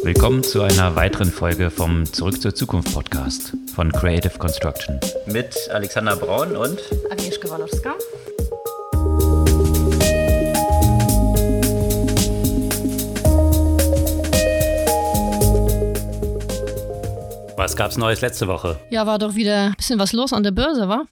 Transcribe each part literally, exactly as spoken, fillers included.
Willkommen zu einer weiteren Folge vom Zurück zur Zukunft Podcast von Creative Construction. Mit Alexander Braun und Agnieszka Walowska. Was gab's Neues letzte Woche? Ja, war doch wieder ein bisschen was los an der Börse, wa?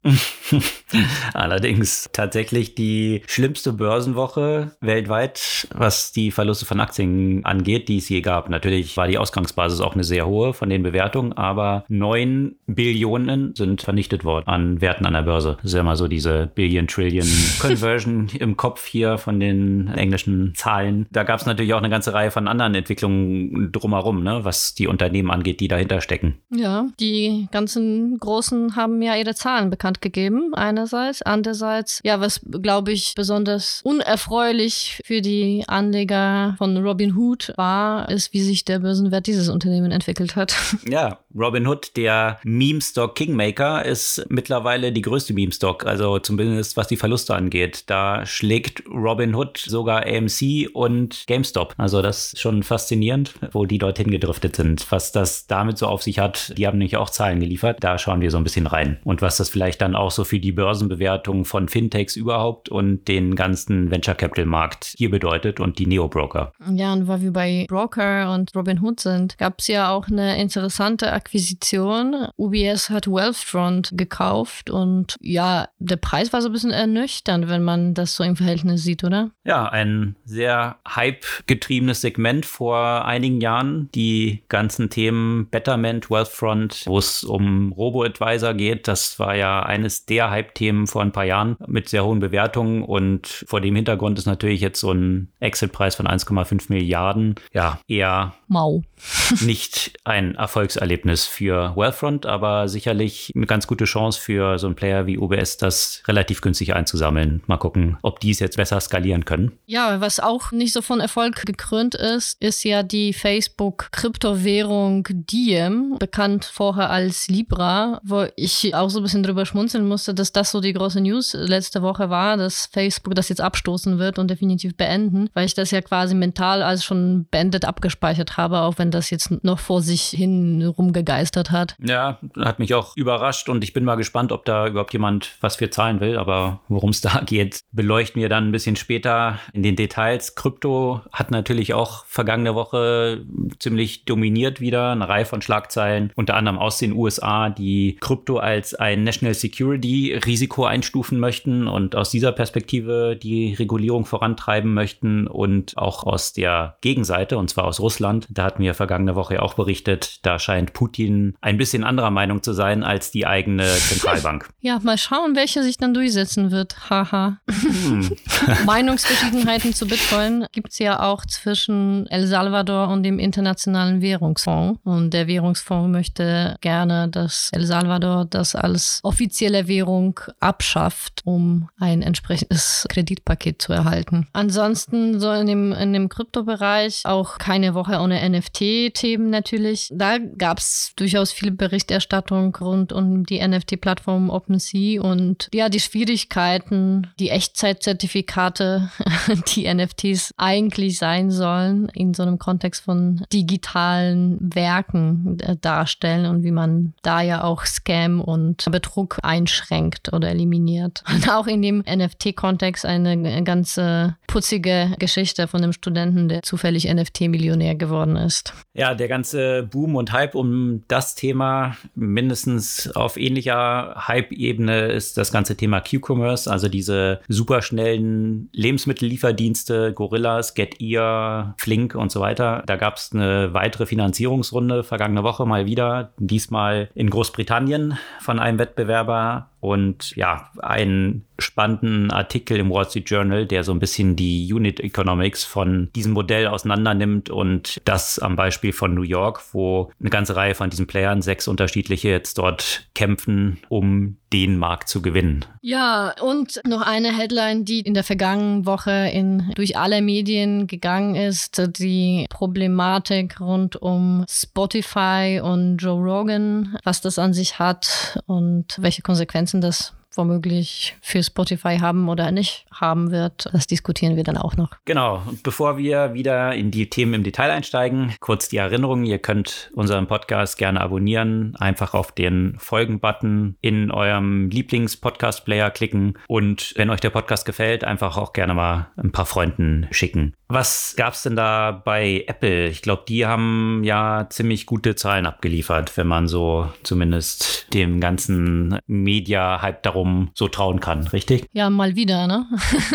Allerdings tatsächlich die schlimmste Börsenwoche weltweit, was die Verluste von Aktien angeht, die es je gab. Natürlich war die Ausgangsbasis auch eine sehr hohe von den Bewertungen, aber neun Billionen sind vernichtet worden an Werten an der Börse. Das ist ja mal so diese Billion-Trillion-Conversion im Kopf hier von den englischen Zahlen. Da gab es natürlich auch eine ganze Reihe von anderen Entwicklungen drumherum, ne, was die Unternehmen angeht, die dahinter stecken. Ja, die ganzen Großen haben ja ihre Zahlen bekannt gegeben, einerseits. Andererseits, ja, was, glaube ich, besonders unerfreulich für die Anleger von Robinhood war, ist, wie sich der Börsenwert dieses Unternehmen entwickelt hat. Ja, Robinhood, der Meme-Stock Kingmaker, ist mittlerweile die größte Meme-Stock, also zumindest was die Verluste angeht. Da schlägt Robinhood sogar A M C und GameStop. Also das ist schon faszinierend, wo die dorthin gedriftet sind. Was das damit so auf sich hat, die haben nämlich auch Zahlen geliefert. Da schauen wir so ein bisschen rein. Und was das vielleicht dann auch so für die Börsenbewertung von Fintechs überhaupt und den ganzen Venture-Capital-Markt hier bedeutet und die Neo-Broker. Ja, und weil wir bei Broker und Robinhood sind, gab es ja auch eine interessante Akquisition. U B S hat Wealthfront gekauft und ja, der Preis war so ein bisschen ernüchternd, wenn man das so im Verhältnis sieht, oder? Ja, ein sehr hype-getriebenes Segment vor einigen Jahren. Die ganzen Themen Betterment, Wealthfront, wo es um Robo-Advisor geht, das war ja eines der Hype-Themen vor ein paar Jahren mit sehr hohen Bewertungen und vor dem Hintergrund ist natürlich jetzt so ein Exit-Preis von eins Komma fünf Milliarden ja eher Mau. nicht ein Erfolgserlebnis für Wealthfront, aber sicherlich eine ganz gute Chance für so einen Player wie U B S, das relativ günstig einzusammeln. Mal gucken, ob die es jetzt besser skalieren können. Ja, was auch nicht so von Erfolg gekrönt ist, ist ja die Facebook-Kryptowährung Diem, bekannt vorher als Libra, wo ich auch so ein bisschen drüber schmunzeln musste, dass das so die große News letzte Woche war, dass Facebook das jetzt abstoßen wird und definitiv beenden, weil ich das ja quasi mental als schon beendet abgespeichert habe, auch wenn das jetzt noch vor sich hin rumgegeistert hat. Ja, hat mich auch überrascht und ich bin mal gespannt, ob da überhaupt jemand was für zahlen will, aber worum es da geht, beleuchten wir dann ein bisschen später in den Details. Krypto hat natürlich auch vergangene Woche ziemlich dominiert wieder, eine Reihe von Schlagzeilen, unter anderem aus den U S A, die Krypto als ein National Security Risiko einstufen möchten und aus dieser Perspektive die Regulierung vorantreiben möchten und auch aus der Gegenseite, und zwar aus Russland. Da hatten wir vergangene Woche auch berichtet, da scheint Putin ein bisschen anderer Meinung zu sein als die eigene Zentralbank. Ja, mal schauen, welche sich dann durchsetzen wird. Haha. Hm. Meinungsverschiedenheiten zu Bitcoin gibt es ja auch zwischen El Salvador und dem Internationalen Währungsfonds. Und der Währungsfonds möchte gerne, dass El Salvador das als offizielle Währung abschafft, um ein entsprechendes Kreditpaket zu erhalten. Ansonsten so in dem, in dem Kryptobereich auch keine Woche ohne N F T-Themen natürlich. Da gab es durchaus viel Berichterstattung rund um die N F T-Plattform OpenSea und ja, die Schwierigkeiten, die Echtzeitzertifikate, die N F Ts eigentlich sein sollen, in so einem Kontext von digitalen Werken äh, darstellen und wie man da ja auch Scam und Betrug einschränkt oder eliminiert. Und auch in dem N F T-Kontext eine ganze putzige Geschichte von einem Studenten, der zufällig N F T-Millionär geworden ist. Ja, der ganze Boom und Hype um das Thema, mindestens auf ähnlicher Hype-Ebene, ist das ganze Thema Q-Commerce, also diese superschnellen Lebensmittellieferdienste, Gorillas, Getir, Flink und so weiter. Da gab es eine weitere Finanzierungsrunde vergangene Woche mal wieder, diesmal in Großbritannien von einem Wettbewerber. Und ja, einen spannenden Artikel im Wall Street Journal, der so ein bisschen die Unit Economics von diesem Modell auseinander nimmt und das am Beispiel von New York, wo eine ganze Reihe von diesen Playern, sechs unterschiedliche, jetzt dort kämpfen, um den Markt zu gewinnen. Ja, und noch eine Headline, die in der vergangenen Woche in, durch alle Medien gegangen ist, die Problematik rund um Spotify und Joe Rogan, was das an sich hat und welche Konsequenzen das womöglich für Spotify haben oder nicht haben wird, das diskutieren wir dann auch noch. Genau. Und bevor wir wieder in die Themen im Detail einsteigen, kurz die Erinnerung, ihr könnt unseren Podcast gerne abonnieren, einfach auf den Folgen-Button in eurem Lieblings-Podcast-Player klicken und wenn euch der Podcast gefällt, einfach auch gerne mal ein paar Freunden schicken. Was gab's denn da bei Apple? Ich glaube, die haben ja ziemlich gute Zahlen abgeliefert, wenn man so zumindest dem ganzen Media-Hype darum so trauen kann, richtig? Ja, mal wieder, ne?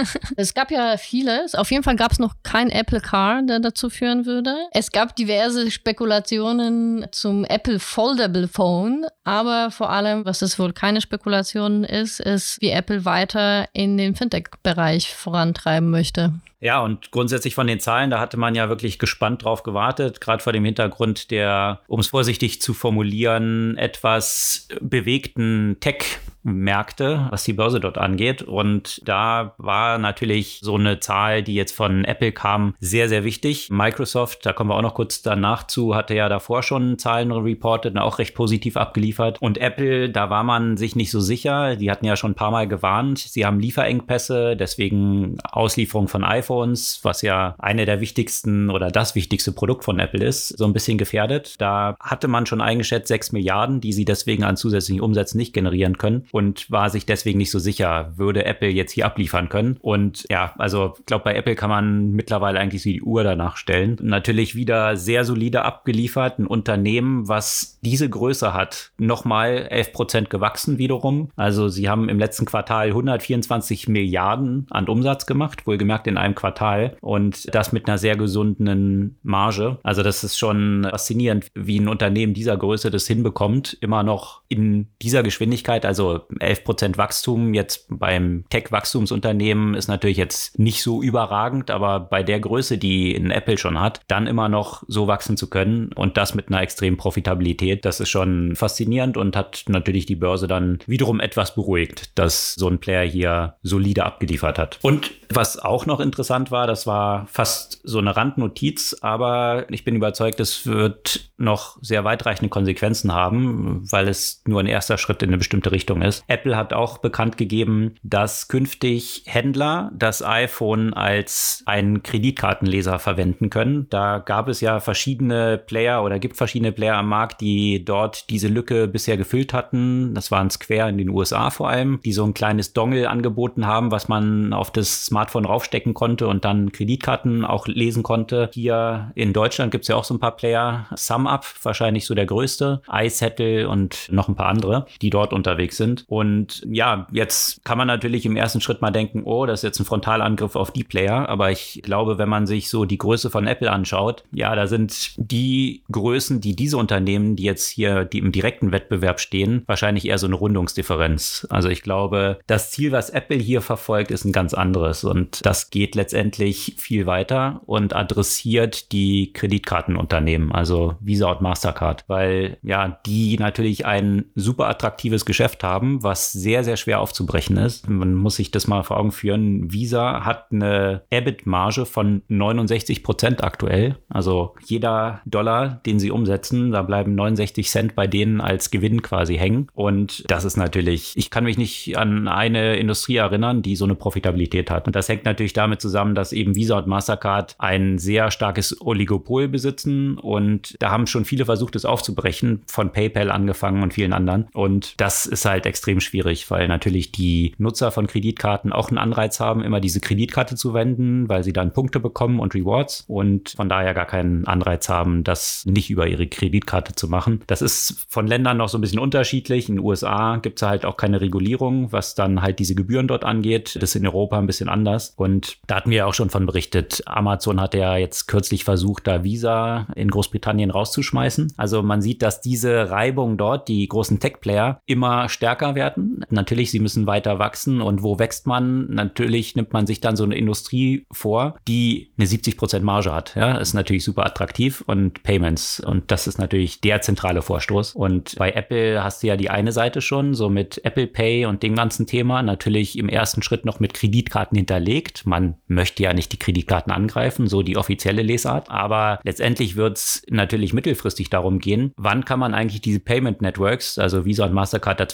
Es gab ja vieles. Auf jeden Fall gab es noch kein Apple Car, der dazu führen würde. Es gab diverse Spekulationen zum Apple Foldable Phone, aber vor allem, was es wohl keine Spekulation ist, ist, wie Apple weiter in den Fintech-Bereich vorantreiben möchte. Ja, und grundsätzlich von den Zahlen, da hatte man ja wirklich gespannt drauf gewartet, gerade vor dem Hintergrund der, um es vorsichtig zu formulieren, etwas bewegten Tech-Märkte, was die Börse dort angeht. Und da war natürlich so eine Zahl, die jetzt von Apple kam, sehr, sehr wichtig. Microsoft, da kommen wir auch noch kurz danach zu, hatte ja davor schon Zahlen reportet und auch recht positiv abgeliefert. Und Apple, da war man sich nicht so sicher. Die hatten ja schon ein paar Mal gewarnt. Sie haben Lieferengpässe, deswegen Auslieferung von iPhone. Was ja eine der wichtigsten oder das wichtigste Produkt von Apple ist, so ein bisschen gefährdet. Da hatte man schon eingeschätzt sechs Milliarden, die sie deswegen an zusätzlichen Umsätzen nicht generieren können und war sich deswegen nicht so sicher, würde Apple jetzt hier abliefern können. Und ja, also ich glaube, bei Apple kann man mittlerweile eigentlich so die Uhr danach stellen. Natürlich wieder sehr solide abgeliefert, ein Unternehmen, was diese Größe hat, nochmal elf Prozent gewachsen wiederum. Also sie haben im letzten Quartal hundertvierundzwanzig Milliarden an Umsatz gemacht, wohlgemerkt in einem Quartal und das mit einer sehr gesunden Marge. Also das ist schon faszinierend, wie ein Unternehmen dieser Größe das hinbekommt, immer noch in dieser Geschwindigkeit, also elf Prozent Wachstum jetzt beim Tech-Wachstumsunternehmen ist natürlich jetzt nicht so überragend, aber bei der Größe, die ein Apple schon hat, dann immer noch so wachsen zu können und das mit einer extremen Profitabilität, das ist schon faszinierend und hat natürlich die Börse dann wiederum etwas beruhigt, dass so ein Player hier solide abgeliefert hat. Und was auch noch interessant war, das war fast so eine Randnotiz, aber ich bin überzeugt, es wird noch sehr weitreichende Konsequenzen haben, weil es nur ein erster Schritt in eine bestimmte Richtung ist. Apple hat auch bekannt gegeben, dass künftig Händler das iPhone als einen Kreditkartenleser verwenden können. Da gab es ja verschiedene Player oder gibt verschiedene Player am Markt, die dort diese Lücke bisher gefüllt hatten. Das waren Square in den U S A vor allem, die so ein kleines Dongle angeboten haben, was man auf das Smartphone raufstecken konnte und dann Kreditkarten auch lesen konnte. Hier in Deutschland gibt es ja auch so ein paar Player. SumUp, wahrscheinlich so der größte. iSettle und noch ein paar andere, die dort unterwegs sind. Und ja, jetzt kann man natürlich im ersten Schritt mal denken, oh, das ist jetzt ein Frontalangriff auf die Player. Aber ich glaube, wenn man sich so die Größe von Apple anschaut, ja, da sind die Größen, die diese Unternehmen, die jetzt hier die im direkten Wettbewerb stehen, wahrscheinlich eher so eine Rundungsdifferenz. Also ich glaube, das Ziel, was Apple hier verfolgt, ist ein ganz anderes. Und das geht letztendlich viel weiter und adressiert die Kreditkartenunternehmen, also Visa und Mastercard, weil ja, die natürlich ein super attraktives Geschäft haben, was sehr, sehr schwer aufzubrechen ist. Man muss sich das mal vor Augen führen. Visa hat eine E B I T-Marge von neunundsechzig Prozent aktuell. Also jeder Dollar, den sie umsetzen, da bleiben neunundsechzig Cent bei denen als Gewinn quasi hängen. Und das ist natürlich, ich kann mich nicht an eine Industrie erinnern, die so eine Profitabilität hat. Und das hängt natürlich damit zusammen, dass eben Visa und Mastercard ein sehr starkes Oligopol besitzen und da haben schon viele versucht, es aufzubrechen, von PayPal angefangen und vielen anderen. Und das ist halt extrem schwierig, weil natürlich die Nutzer von Kreditkarten auch einen Anreiz haben, immer diese Kreditkarte zu wenden, weil sie dann Punkte bekommen und Rewards und von daher gar keinen Anreiz haben, das nicht über ihre Kreditkarte zu machen. Das ist von Ländern noch so ein bisschen unterschiedlich. In den U S A gibt es halt auch keine Regulierung, was dann halt diese Gebühren dort angeht. Das ist in Europa ein bisschen anders. Und da hatten wir ja auch schon von berichtet. Amazon hat ja jetzt kürzlich versucht, da Visa in Großbritannien rauszuschmeißen. Also man sieht, dass diese Reibung dort, die großen Tech-Player, immer stärker werden. Natürlich, sie müssen weiter wachsen. Und wo wächst man? Natürlich nimmt man sich dann so eine Industrie vor, die eine siebzig Prozent Marge hat. Ja, ist natürlich super attraktiv und Payments. Und das ist natürlich der zentrale Vorstoß. Und bei Apple hast du ja die eine Seite schon, so mit Apple Pay und dem ganzen Thema. Natürlich im ersten Schritt noch mit Kreditkarten hinterlegt. Man möchte ja nicht die Kreditkarten angreifen, so die offizielle Lesart. Aber letztendlich wird es natürlich mittelfristig darum gehen, wann kann man eigentlich diese Payment Networks, also Visa und Mastercard, dazwischen raus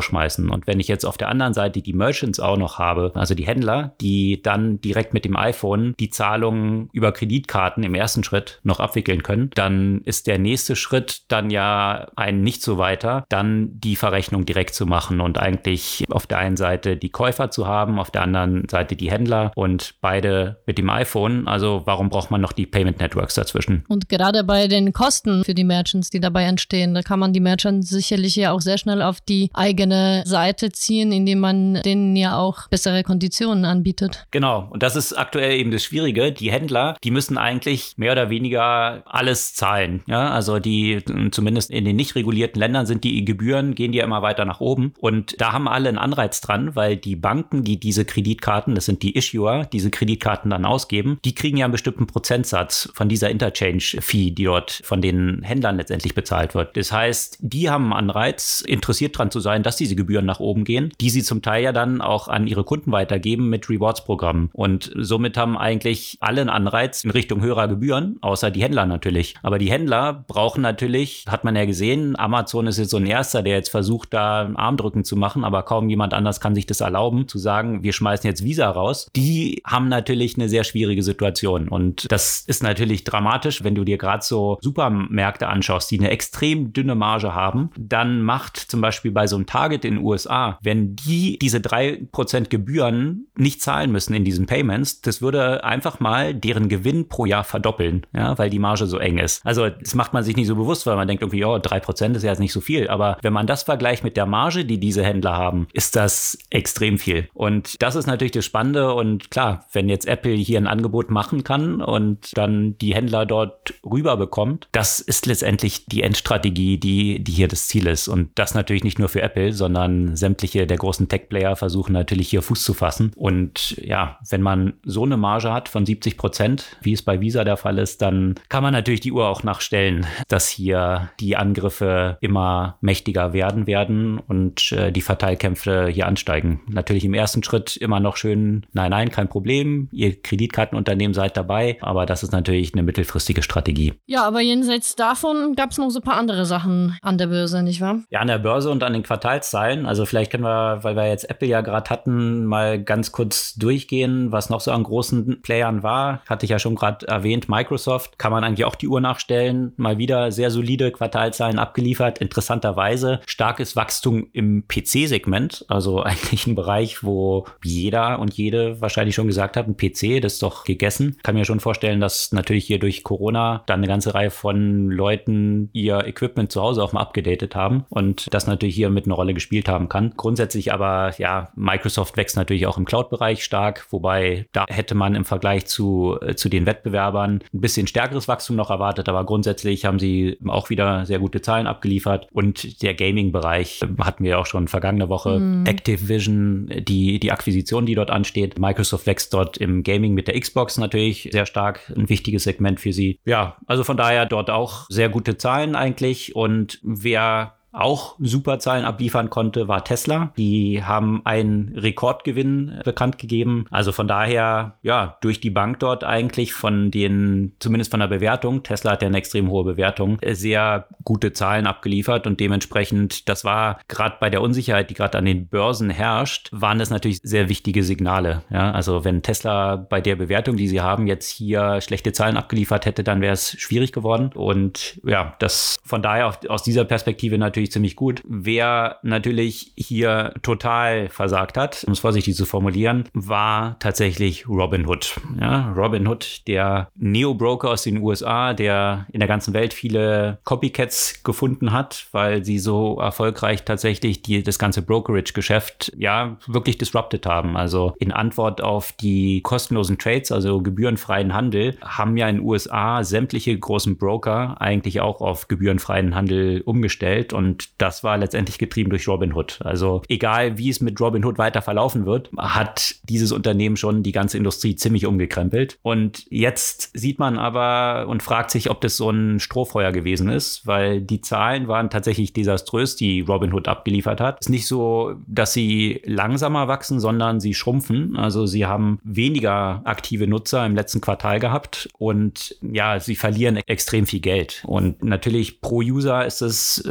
rausschmeißen. Und wenn ich jetzt auf der anderen Seite die Merchants auch noch habe, also die Händler, die dann direkt mit dem iPhone die Zahlungen über Kreditkarten im ersten Schritt noch abwickeln können, dann ist der nächste Schritt dann ja ein nicht so weiter, dann die Verrechnung direkt zu machen und eigentlich auf der einen Seite die Käufer zu haben, auf der anderen Seite die Händler und beide mit dem iPhone. Also warum braucht man noch die Payment Networks dazwischen? Und gerade bei den Kosten für die Merchants, die dabei entstehen, da kann man die Merchants sicherlich ja auch sehr schnell auf die eigene Seite ziehen, indem man denen ja auch bessere Konditionen anbietet. Genau. Und das ist aktuell eben das Schwierige. Die Händler, die müssen eigentlich mehr oder weniger alles zahlen. Ja, also die, zumindest in den nicht regulierten Ländern sind die Gebühren, gehen die ja immer weiter nach oben. Und da haben alle einen Anreiz dran, weil die Banken, die diese Kreditkarten, das sind die Issuer, diese Kreditkarten dann ausgeben, die kriegen ja einen bestimmten Prozentsatz von dieser Interchange-Fee, die dort von den Händlern letztendlich bezahlt wird. Das heißt, die haben einen Anreiz, interessiert dran zu sein, dass diese Gebühren nach oben gehen, die sie zum Teil ja dann auch an ihre Kunden weitergeben mit Rewards-Programmen. Und somit haben eigentlich alle einen Anreiz in Richtung höherer Gebühren, außer die Händler natürlich. Aber die Händler brauchen natürlich, hat man ja gesehen, Amazon ist jetzt so ein Erster, der jetzt versucht, da Armdrücken zu machen, aber kaum jemand anders kann sich das erlauben, zu sagen, wir schmeißen jetzt Visa raus. Die haben natürlich eine sehr schwierige Situation. Und das ist natürlich dramatisch, wenn du dir gerade so Supermärkte anschaust, die eine extrem dünne Marge haben, dann macht zum Beispiel bei so einem Target in den U S A, wenn die diese drei Prozent Gebühren nicht zahlen müssen in diesen Payments, das würde einfach mal deren Gewinn pro Jahr verdoppeln, ja, weil die Marge so eng ist. Also das macht man sich nicht so bewusst, weil man denkt irgendwie, ja, drei Prozent ist ja jetzt nicht so viel, aber wenn man das vergleicht mit der Marge, die diese Händler haben, ist das extrem viel. Und das ist natürlich das Spannende und klar, wenn jetzt Apple hier ein Angebot machen kann und dann die Händler dort rüber bekommt, das ist letztendlich die Endstrategie, die, die hier das Ziel ist. Und das natürlich nicht nur für Apple, sondern sämtliche der großen Tech-Player versuchen natürlich hier Fuß zu fassen. Und ja, wenn man so eine Marge hat von siebzig Prozent, wie es bei Visa der Fall ist, dann kann man natürlich die Uhr auch nachstellen, dass hier die Angriffe immer mächtiger werden werden und äh, die Verteilkämpfe hier ansteigen. Natürlich im ersten Schritt immer noch schön, nein, nein, kein Problem, ihr Kreditkartenunternehmen seid dabei, aber das ist natürlich eine mittelfristige Strategie. Ja, aber jenseits davon gab es noch so ein paar andere Sachen an der Börse, nicht wahr? Ja, an der Börse und an den Quartalszahlen. Also vielleicht können wir, weil wir jetzt Apple ja gerade hatten, mal ganz kurz durchgehen, was noch so an großen Playern war. Hatte ich ja schon gerade erwähnt, Microsoft. Kann man eigentlich auch die Uhr nachstellen. Mal wieder sehr solide Quartalzahlen abgeliefert. Interessanterweise starkes Wachstum im P C-Segment. Also eigentlich ein Bereich, wo jeder und jede wahrscheinlich schon gesagt hat, ein P C, das ist doch gegessen. Kann mir schon vorstellen, dass natürlich hier durch Corona dann eine ganze Reihe von Leuten ihr Equipment zu Hause auch mal abgedatet haben und das natürlich hier mit einer Rolle gespielt haben kann. Grundsätzlich aber, ja, Microsoft wächst natürlich auch im Cloud-Bereich stark, wobei da hätte man im Vergleich zu, äh, zu den Wettbewerbern ein bisschen stärkeres Wachstum noch erwartet, aber grundsätzlich haben sie auch wieder sehr gute Zahlen abgeliefert und der Gaming-Bereich äh, hatten wir auch schon vergangene Woche. Mhm. Activision, die, die Akquisition, die dort ansteht. Microsoft wächst dort im Gaming mit der Xbox natürlich sehr stark, ein wichtiges Segment für sie. Ja, also von daher dort auch sehr gute Zahlen eigentlich und wer auch super Zahlen abliefern konnte, war Tesla. Die haben einen Rekordgewinn bekannt gegeben. Also von daher, ja, durch die Bank dort eigentlich von den, zumindest von der Bewertung, Tesla hat ja eine extrem hohe Bewertung, sehr gute Zahlen abgeliefert und dementsprechend, das war gerade bei der Unsicherheit, die gerade an den Börsen herrscht, waren das natürlich sehr wichtige Signale. Ja, also wenn Tesla bei der Bewertung, die sie haben, jetzt hier schlechte Zahlen abgeliefert hätte, dann wäre es schwierig geworden und ja, das von daher auf, aus dieser Perspektive natürlich ziemlich gut. Wer natürlich hier total versagt hat, um es vorsichtig zu formulieren, war tatsächlich Robinhood. Ja, Robinhood, der Neo-Broker aus den U S A, der in der ganzen Welt viele Copycats gefunden hat, weil sie so erfolgreich tatsächlich die, das ganze Brokerage-Geschäft ja wirklich disrupted haben. Also in Antwort auf die kostenlosen Trades, also gebührenfreien Handel, haben ja in den U S A sämtliche großen Broker eigentlich auch auf gebührenfreien Handel umgestellt und das war letztendlich getrieben durch Robinhood. Also egal, wie es mit Robinhood weiter verlaufen wird, hat dieses Unternehmen schon die ganze Industrie ziemlich umgekrempelt. Und jetzt sieht man aber und fragt sich, ob das so ein Strohfeuer gewesen ist, weil die Zahlen waren tatsächlich desaströs, die Robinhood abgeliefert hat. Es ist nicht so, dass sie langsamer wachsen, sondern sie schrumpfen. Also sie haben weniger aktive Nutzer im letzten Quartal gehabt und ja, sie verlieren extrem viel Geld. Und natürlich pro User ist es vor dem Hintergrund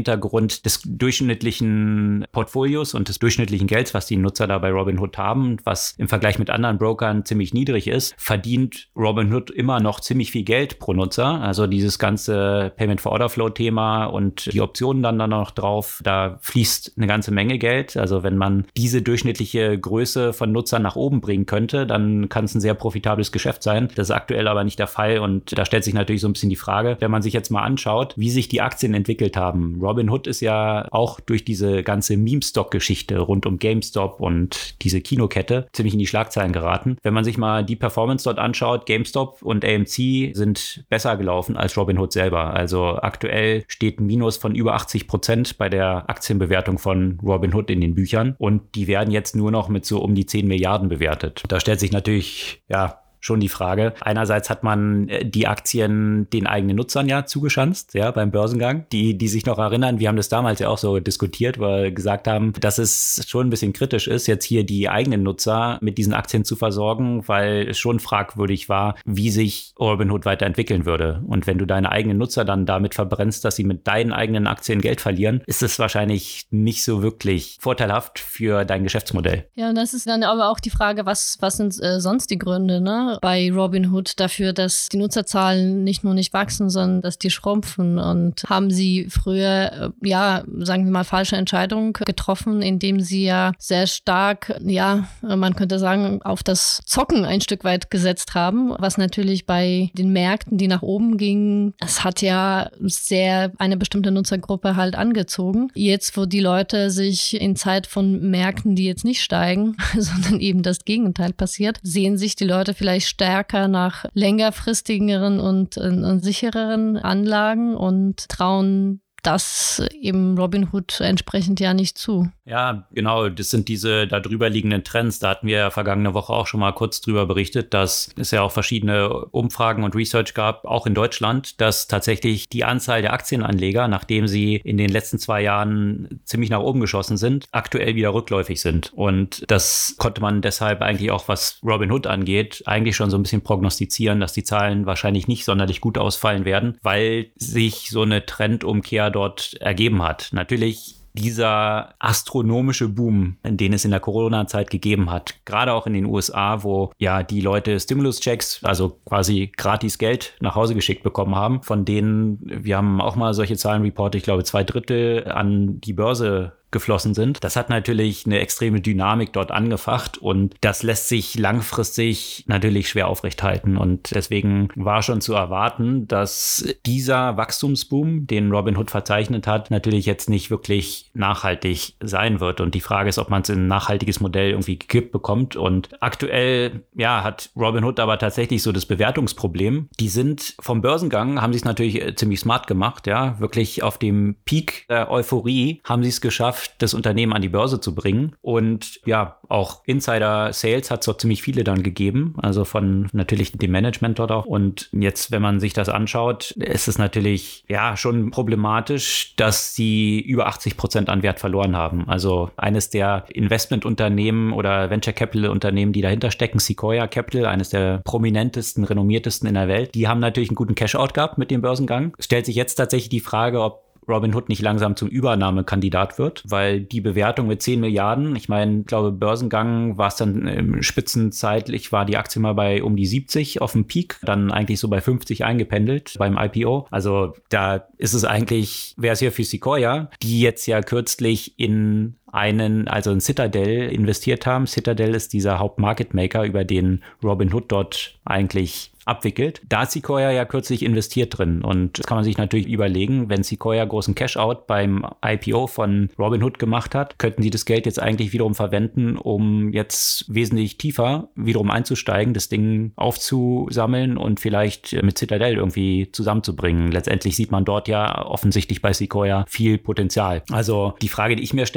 Hintergrund des durchschnittlichen Portfolios und des durchschnittlichen Gelds, was die Nutzer da bei Robinhood haben, was im Vergleich mit anderen Brokern ziemlich niedrig ist, verdient Robinhood immer noch ziemlich viel Geld pro Nutzer. Also dieses ganze Payment-for-Order-Flow-Thema und die Optionen dann, dann noch drauf, da fließt eine ganze Menge Geld. Also wenn man diese durchschnittliche Größe von Nutzern nach oben bringen könnte, dann kann es ein sehr profitables Geschäft sein. Das ist aktuell aber nicht der Fall und da stellt sich natürlich so ein bisschen die Frage, wenn man sich jetzt mal anschaut, wie sich die Aktien entwickelt haben. Robinhood ist ja auch durch diese ganze Meme-Stock-Geschichte rund um GameStop und diese Kinokette ziemlich in die Schlagzeilen geraten. Wenn man sich mal die Performance dort anschaut, GameStop und A M C sind besser gelaufen als Robinhood selber. Also aktuell steht ein Minus von über achtzig Prozent bei der Aktienbewertung von Robinhood in den Büchern und die werden jetzt nur noch mit so um die zehn Milliarden bewertet. Da stellt sich natürlich, ja, schon die Frage. Einerseits hat man die Aktien den eigenen Nutzern ja zugeschanzt, ja, beim Börsengang. Die, die sich noch erinnern, wir haben das damals ja auch so diskutiert, weil wir gesagt haben, dass es schon ein bisschen kritisch ist, jetzt hier die eigenen Nutzer mit diesen Aktien zu versorgen, weil es schon fragwürdig war, wie sich Robinhood weiterentwickeln würde. Und wenn du deine eigenen Nutzer dann damit verbrennst, dass sie mit deinen eigenen Aktien Geld verlieren, ist es wahrscheinlich nicht so wirklich vorteilhaft für dein Geschäftsmodell. Ja, und das ist dann aber auch die Frage, was, was sind äh, sonst die Gründe, ne? Bei Robinhood dafür, dass die Nutzerzahlen nicht nur nicht wachsen, sondern dass die schrumpfen. Und haben sie früher, ja, sagen wir mal, falsche Entscheidungen getroffen, indem sie ja sehr stark, ja, man könnte sagen, auf das Zocken ein Stück weit gesetzt haben, was natürlich bei den Märkten, die nach oben gingen, es hat ja sehr eine bestimmte Nutzergruppe halt angezogen. Jetzt, wo die Leute sich in Zeit von Märkten, die jetzt nicht steigen, sondern eben das Gegenteil passiert, sehen sich die Leute vielleicht stärker nach längerfristigeren und, und, und sichereren Anlagen und trauen das eben Robinhood entsprechend ja nicht zu. Ja, genau. Das sind diese da drüber liegenden Trends. Da hatten wir ja vergangene Woche auch schon mal kurz drüber berichtet, dass es ja auch verschiedene Umfragen und Research gab, auch in Deutschland, dass tatsächlich die Anzahl der Aktienanleger, nachdem sie in den letzten zwei Jahren ziemlich nach oben geschossen sind, aktuell wieder rückläufig sind. Und das konnte man deshalb eigentlich auch, was Robinhood angeht, eigentlich schon so ein bisschen prognostizieren, dass die Zahlen wahrscheinlich nicht sonderlich gut ausfallen werden, weil sich so eine Trendumkehr dort ergeben hat. Natürlich dieser astronomische Boom, den es in der Corona-Zeit gegeben hat, gerade auch in den U S A, wo ja die Leute Stimulus-Checks, also quasi gratis Geld nach Hause geschickt bekommen haben, von denen, wir haben auch mal solche Zahlen reportet, ich glaube zwei Drittel an die Börse geflossen sind. Das hat natürlich eine extreme Dynamik dort angefacht und das lässt sich langfristig natürlich schwer aufrechthalten und deswegen war schon zu erwarten, dass dieser Wachstumsboom, den Robinhood verzeichnet hat, natürlich jetzt nicht wirklich nachhaltig sein wird und die Frage ist, ob man es in ein nachhaltiges Modell irgendwie gekippt bekommt und aktuell, ja, hat Robinhood aber tatsächlich so das Bewertungsproblem. Die sind vom Börsengang, haben sie es natürlich ziemlich smart gemacht, ja, wirklich auf dem Peak der Euphorie haben sie es geschafft, das Unternehmen an die Börse zu bringen. Und ja, auch Insider-Sales hat es dort ziemlich viele dann gegeben, also von natürlich dem Management dort auch. Und jetzt, wenn man sich das anschaut, ist es natürlich ja schon problematisch, dass sie über achtzig Prozent an Wert verloren haben. Also eines der Investmentunternehmen oder Venture-Capital-Unternehmen, die dahinter stecken, Sequoia Capital, eines der prominentesten, renommiertesten in der Welt, die haben natürlich einen guten Cash-Out gehabt mit dem Börsengang. Es stellt sich jetzt tatsächlich die Frage, ob Robinhood nicht langsam zum Übernahmekandidat wird, weil die Bewertung mit zehn Milliarden, ich meine, ich glaube, Börsengang war es dann ähm, spitzenzeitlich, war die Aktie mal bei um die siebzig auf dem Peak, dann eigentlich so bei fünfzig eingependelt beim I P O. Also da ist es eigentlich, wäre es hier für Sequoia, die jetzt ja kürzlich in einen, also in Citadel investiert haben. Citadel ist dieser Hauptmarket-Maker, über den Robinhood dort eigentlich abwickelt. Da ist Sequoia ja kürzlich investiert drin und das kann man sich natürlich überlegen, wenn Sequoia großen Cash-Out beim I P O von Robinhood gemacht hat, könnten sie das Geld jetzt eigentlich wiederum verwenden, um jetzt wesentlich tiefer wiederum einzusteigen, das Ding aufzusammeln und vielleicht mit Citadel irgendwie zusammenzubringen. Letztendlich sieht man dort ja offensichtlich bei Sequoia viel Potenzial. Also die Frage, die ich mir stelle, was ist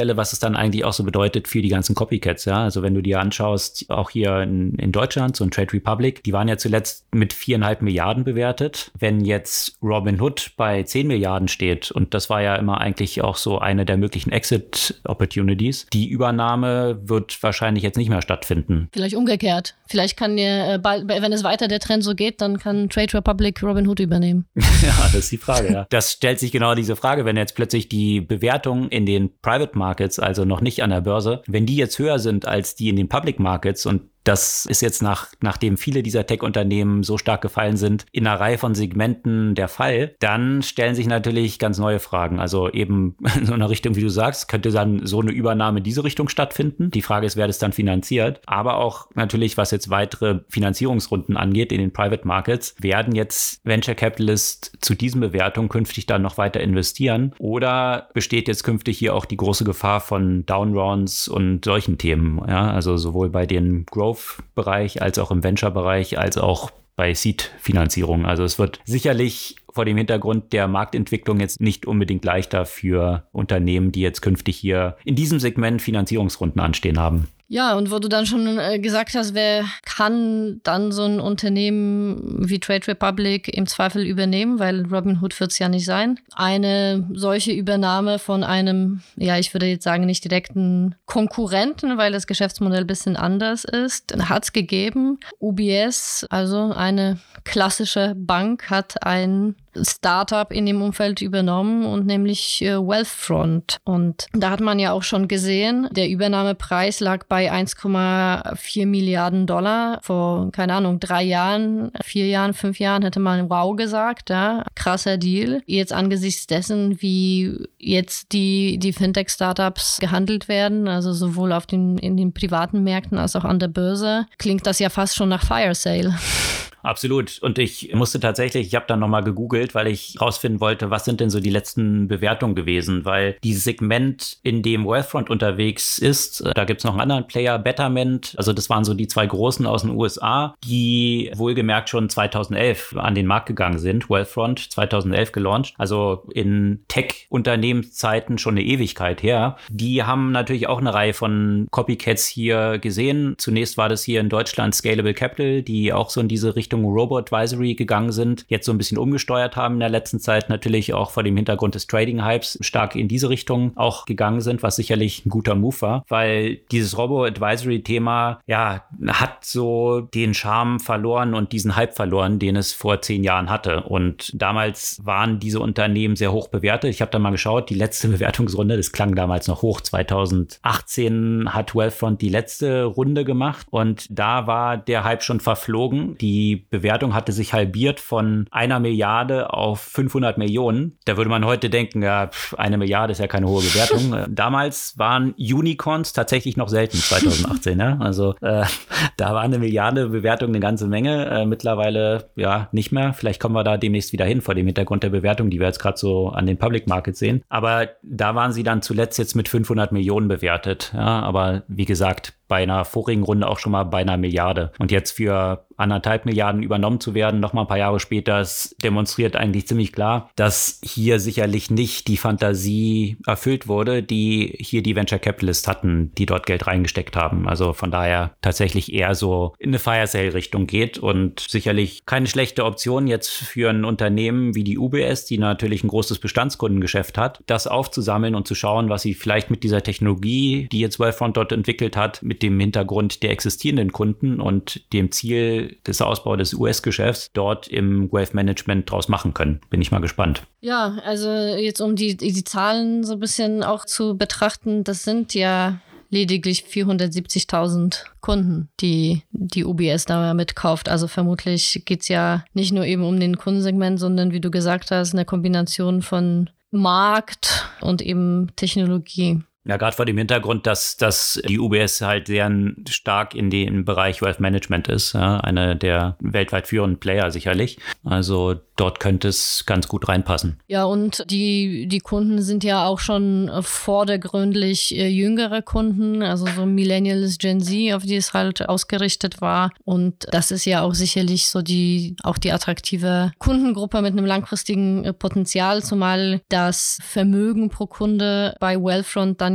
dann eigentlich auch so bedeutet für die ganzen Copycats, ja. Also wenn du dir anschaust, auch hier in, in Deutschland, so ein Trade Republic, die waren ja zuletzt mit viereinhalb Milliarden bewertet. Wenn jetzt Robinhood bei zehn Milliarden steht, und das war ja immer eigentlich auch so eine der möglichen Exit-Opportunities, die Übernahme wird wahrscheinlich jetzt nicht mehr stattfinden. Vielleicht umgekehrt. Vielleicht kann ihr, wenn es weiter der Trend so geht, dann kann Trade Republic Robinhood übernehmen. Ja, das ist die Frage, ja. Das stellt sich genau diese Frage, wenn jetzt plötzlich die Bewertungen in den Private Markets, also noch nicht an der Börse, wenn die jetzt höher sind als die in den Public Markets, und das ist jetzt nach, nachdem viele dieser Tech-Unternehmen so stark gefallen sind, in einer Reihe von Segmenten der Fall, dann stellen sich natürlich ganz neue Fragen. Also eben in so einer Richtung, wie du sagst, könnte dann so eine Übernahme in diese Richtung stattfinden. Die Frage ist, wer das dann finanziert. Aber auch natürlich, was jetzt weitere Finanzierungsrunden angeht in den Private Markets, werden jetzt Venture Capitalists zu diesen Bewertungen künftig dann noch weiter investieren? Oder besteht jetzt künftig hier auch die große Gefahr von Downrounds und solchen Themen? Ja, also sowohl bei den Growth Bereich als auch im Venture-Bereich, als auch bei Seed-Finanzierung. Also es wird sicherlich vor dem Hintergrund der Marktentwicklung jetzt nicht unbedingt leichter für Unternehmen, die jetzt künftig hier in diesem Segment Finanzierungsrunden anstehen haben. Ja, und wo du dann schon äh, gesagt hast, wer kann dann so ein Unternehmen wie Trade Republic im Zweifel übernehmen, weil Robinhood wird es ja nicht sein. Eine solche Übernahme von einem, ja, ich würde jetzt sagen, nicht direkten Konkurrenten, weil das Geschäftsmodell ein bisschen anders ist, hat es gegeben. U B S, also eine klassische Bank, hat ein Startup in dem Umfeld übernommen, und nämlich äh, Wealthfront. Und da hat man ja auch schon gesehen, der Übernahmepreis lag bei eins Komma vier Milliarden Dollar. Vor, keine Ahnung, drei Jahren, vier Jahren, fünf Jahren hätte man wow gesagt, ja, krasser Deal. Jetzt angesichts dessen, wie jetzt die, die Fintech-Startups gehandelt werden, also sowohl auf den, in den privaten Märkten als auch an der Börse, klingt das ja fast schon nach Fire Sale. Absolut. Und ich musste tatsächlich, ich habe dann nochmal gegoogelt, weil ich rausfinden wollte, was sind denn so die letzten Bewertungen gewesen, weil dieses Segment, in dem Wealthfront unterwegs ist, da gibt es noch einen anderen Player, Betterment, also das waren so die zwei Großen aus den U S A, die wohlgemerkt schon zweitausendelf an den Markt gegangen sind. Wealthfront zweitausendelf gelauncht, also in Tech-Unternehmenszeiten schon eine Ewigkeit her. Die haben natürlich auch eine Reihe von Copycats hier gesehen. Zunächst war das hier in Deutschland Scalable Capital, die auch so in diese Richtung Robo-Advisory gegangen sind, jetzt so ein bisschen umgesteuert haben in der letzten Zeit, natürlich auch vor dem Hintergrund des Trading-Hypes stark in diese Richtung auch gegangen sind, was sicherlich ein guter Move war, weil dieses Robo-Advisory-Thema, ja, hat so den Charme verloren und diesen Hype verloren, den es vor zehn Jahren hatte. Und damals waren diese Unternehmen sehr hoch bewertet. Ich habe da mal geschaut, die letzte Bewertungsrunde, das klang damals noch hoch, zweitausendachtzehn hat Wealthfront die letzte Runde gemacht, und da war der Hype schon verflogen. Die Bewertung hatte sich halbiert von einer Milliarde auf fünfhundert Millionen. Da würde man heute denken, ja, eine Milliarde ist ja keine hohe Bewertung. Damals waren Unicorns tatsächlich noch selten, zweitausendachtzehn. Ja? Also äh, da war eine Milliarde Bewertung eine ganze Menge. Äh, mittlerweile ja nicht mehr. Vielleicht kommen wir da demnächst wieder hin vor dem Hintergrund der Bewertung, die wir jetzt gerade so an den Public Markets sehen. Aber da waren sie dann zuletzt jetzt mit fünfhundert Millionen bewertet. Ja? Aber wie gesagt, bei einer vorigen Runde auch schon mal bei einer Milliarde. Und jetzt für anderthalb Milliarden übernommen zu werden, noch mal ein paar Jahre später, das demonstriert eigentlich ziemlich klar, dass hier sicherlich nicht die Fantasie erfüllt wurde, die hier die Venture Capitalists hatten, die dort Geld reingesteckt haben. Also von daher tatsächlich eher so in eine Fire Sale Richtung geht, und sicherlich keine schlechte Option jetzt für ein Unternehmen wie die U B S, die natürlich ein großes Bestandskundengeschäft hat, das aufzusammeln und zu schauen, was sie vielleicht mit dieser Technologie, die jetzt Wealthfront dort entwickelt hat, mit dem Hintergrund der existierenden Kunden und dem Ziel des Ausbaus des U S-Geschäfts dort im Wealth Management draus machen können. Bin ich mal gespannt. Ja, also jetzt um die, die Zahlen so ein bisschen auch zu betrachten, das sind ja lediglich vierhundertsiebzigtausend Kunden, die die U B S da mitkauft. Also vermutlich geht es ja nicht nur eben um den Kundensegment, sondern wie du gesagt hast, eine Kombination von Markt und eben Technologie. Ja, gerade vor dem Hintergrund, dass, dass die U B S halt sehr stark in den Bereich Wealth Management ist. Ja, eine der weltweit führenden Player sicherlich. Also dort könnte es ganz gut reinpassen. Ja, und die, die Kunden sind ja auch schon vordergründlich äh, jüngere Kunden, also so Millennials, Gen Z, auf die es halt ausgerichtet war. Und das ist ja auch sicherlich so die, auch die attraktive Kundengruppe mit einem langfristigen äh, Potenzial, zumal das Vermögen pro Kunde bei Wealthfront dann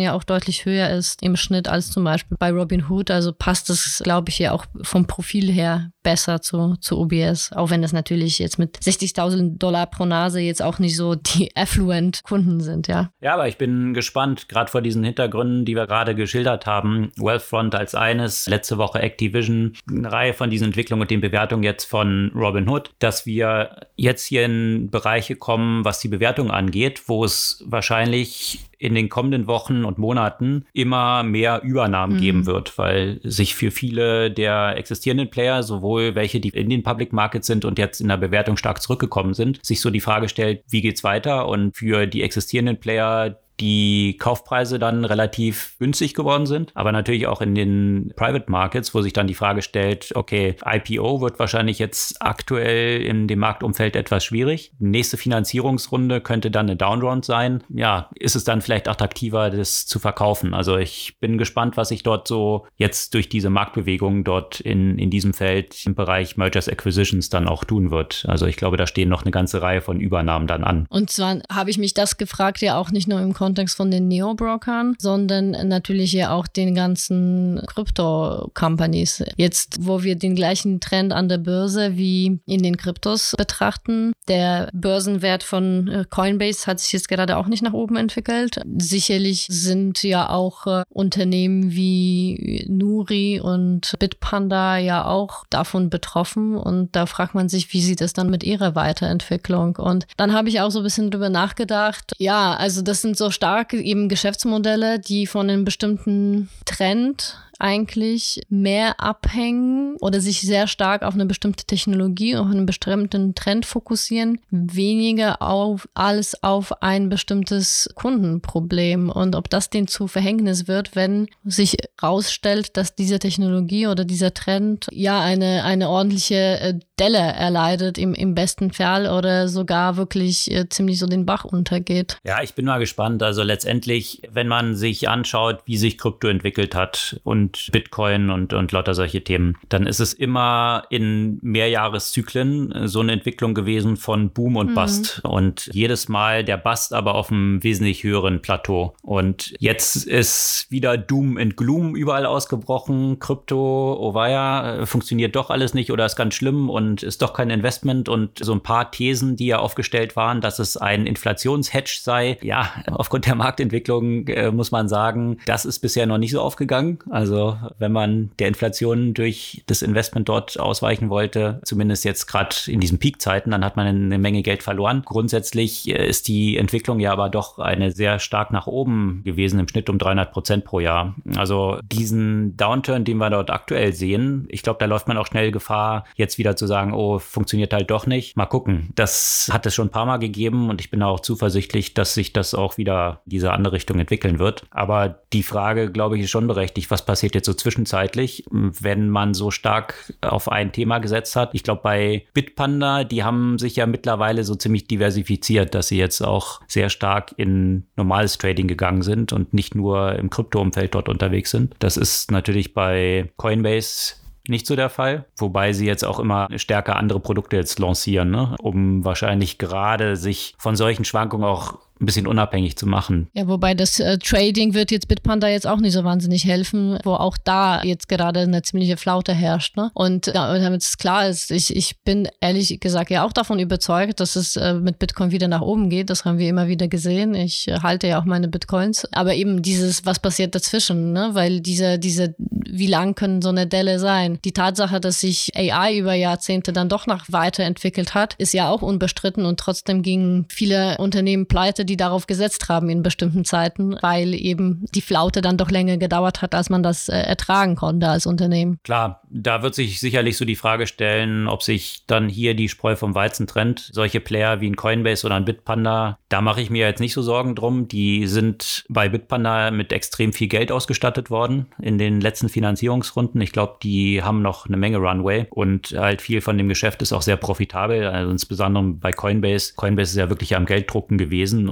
ja auch deutlich höher ist im Schnitt als zum Beispiel bei Robinhood. Also passt es, glaube ich, ja auch vom Profil her besser zu, zu O B S. Auch wenn das natürlich jetzt mit sechzigtausend Dollar pro Nase jetzt auch nicht so die affluent Kunden sind, ja. Ja, aber ich bin gespannt, gerade vor diesen Hintergründen, die wir gerade geschildert haben. Wealthfront als eines, letzte Woche Activision, eine Reihe von diesen Entwicklungen und den Bewertungen jetzt von Robinhood, dass wir jetzt hier in Bereiche kommen, was die Bewertung angeht, wo es wahrscheinlich in den kommenden Wochen und Monaten immer mehr Übernahmen mhm. geben wird, weil sich für viele der existierenden Player, sowohl welche, die in den Public Markets sind und jetzt in der Bewertung stark zurückgekommen sind, sich so die Frage stellt, wie geht's weiter? Und für die existierenden Player, die Kaufpreise dann relativ günstig geworden sind, aber natürlich auch in den Private Markets, wo sich dann die Frage stellt, okay, I P O wird wahrscheinlich jetzt aktuell in dem Marktumfeld etwas schwierig. Nächste Finanzierungsrunde könnte dann eine Downround sein. Ja, ist es dann vielleicht attraktiver, das zu verkaufen? Also ich bin gespannt, was sich dort so jetzt durch diese Marktbewegung dort in, in diesem Feld im Bereich Mergers Acquisitions dann auch tun wird. Also ich glaube, da stehen noch eine ganze Reihe von Übernahmen dann an. Und zwar habe ich mich das gefragt, ja auch nicht nur im Kontext von den Neo-Brokern, sondern natürlich ja auch den ganzen Krypto-Companies. Jetzt, wo wir den gleichen Trend an der Börse wie in den Kryptos betrachten, der Börsenwert von Coinbase hat sich jetzt gerade auch nicht nach oben entwickelt. Sicherlich sind ja auch äh, Unternehmen wie Nuri und Bitpanda ja auch davon betroffen und da fragt man sich, wie sieht es dann mit ihrer Weiterentwicklung? Und dann habe ich auch so ein bisschen drüber nachgedacht, ja, also das sind so starke eben Geschäftsmodelle, die von einem bestimmten Trend eigentlich mehr abhängen oder sich sehr stark auf eine bestimmte Technologie, auf einen bestimmten Trend fokussieren, weniger auf alles auf ein bestimmtes Kundenproblem. Und ob das denen zu Verhängnis wird, wenn sich rausstellt, dass diese Technologie oder dieser Trend ja eine, eine ordentliche Delle erleidet im, im besten Fall oder sogar wirklich äh, ziemlich so den Bach untergeht. Ja, ich bin mal gespannt. Also letztendlich, wenn man sich anschaut, wie sich Krypto entwickelt hat und Bitcoin und, und lauter solche Themen, dann ist es immer in Mehrjahreszyklen so eine Entwicklung gewesen von Boom und mhm. Bust. Und jedes Mal der Bust aber auf einem wesentlich höheren Plateau. Und jetzt ist wieder Doom and Gloom überall ausgebrochen. Krypto, oh weia, funktioniert doch alles nicht oder ist ganz schlimm und ist doch kein Investment. Und so ein paar Thesen, die ja aufgestellt waren, dass es ein Inflationshedge sei. Ja, aufgrund der Marktentwicklung äh, muss man sagen, das ist bisher noch nicht so aufgegangen. Also wenn man der Inflation durch das Investment dort ausweichen wollte, zumindest jetzt gerade in diesen Peak-Zeiten, dann hat man eine Menge Geld verloren. Grundsätzlich ist die Entwicklung ja aber doch eine sehr stark nach oben gewesen, im Schnitt um dreihundert Prozent pro Jahr. Also diesen Downturn, den wir dort aktuell sehen, ich glaube, da läuft man auch schnell Gefahr, jetzt wieder zu sagen, oh, funktioniert halt doch nicht. Mal gucken. Das hat es schon ein paar Mal gegeben und ich bin auch zuversichtlich, dass sich das auch wieder in diese andere Richtung entwickeln wird. Aber die Frage, glaube ich, ist schon berechtigt, was passiert jetzt so zwischenzeitlich, wenn man so stark auf ein Thema gesetzt hat. Ich glaube, bei Bitpanda, die haben sich ja mittlerweile so ziemlich diversifiziert, dass sie jetzt auch sehr stark in normales Trading gegangen sind und nicht nur im Krypto-Umfeld dort unterwegs sind. Das ist natürlich bei Coinbase nicht so der Fall, wobei sie jetzt auch immer stärker andere Produkte jetzt lancieren, ne? Um wahrscheinlich gerade sich von solchen Schwankungen auch ein bisschen unabhängig zu machen. Ja, wobei das äh, Trading wird jetzt Bitpanda jetzt auch nicht so wahnsinnig helfen, wo auch da jetzt gerade eine ziemliche Flaute herrscht. Ne? Und äh, damit es klar ist, ich, ich bin ehrlich gesagt ja auch davon überzeugt, dass es äh, mit Bitcoin wieder nach oben geht. Das haben wir immer wieder gesehen. Ich äh, halte ja auch meine Bitcoins. Aber eben dieses, was passiert dazwischen, ne? Weil diese, diese, wie lang können so eine Delle sein? Die Tatsache, dass sich A I über Jahrzehnte dann doch noch weiterentwickelt hat, ist ja auch unbestritten und trotzdem gingen viele Unternehmen pleite, die darauf gesetzt haben in bestimmten Zeiten, weil eben die Flaute dann doch länger gedauert hat, als man das äh, ertragen konnte als Unternehmen. Klar, da wird sich sicherlich so die Frage stellen, ob sich dann hier die Spreu vom Weizen trennt. Solche Player wie ein Coinbase oder ein Bitpanda, da mache ich mir jetzt nicht so Sorgen drum. Die sind bei Bitpanda mit extrem viel Geld ausgestattet worden in den letzten Finanzierungsrunden. Ich glaube, die haben noch eine Menge Runway und halt viel von dem Geschäft ist auch sehr profitabel, also insbesondere bei Coinbase. Coinbase ist ja wirklich am Gelddrucken gewesen und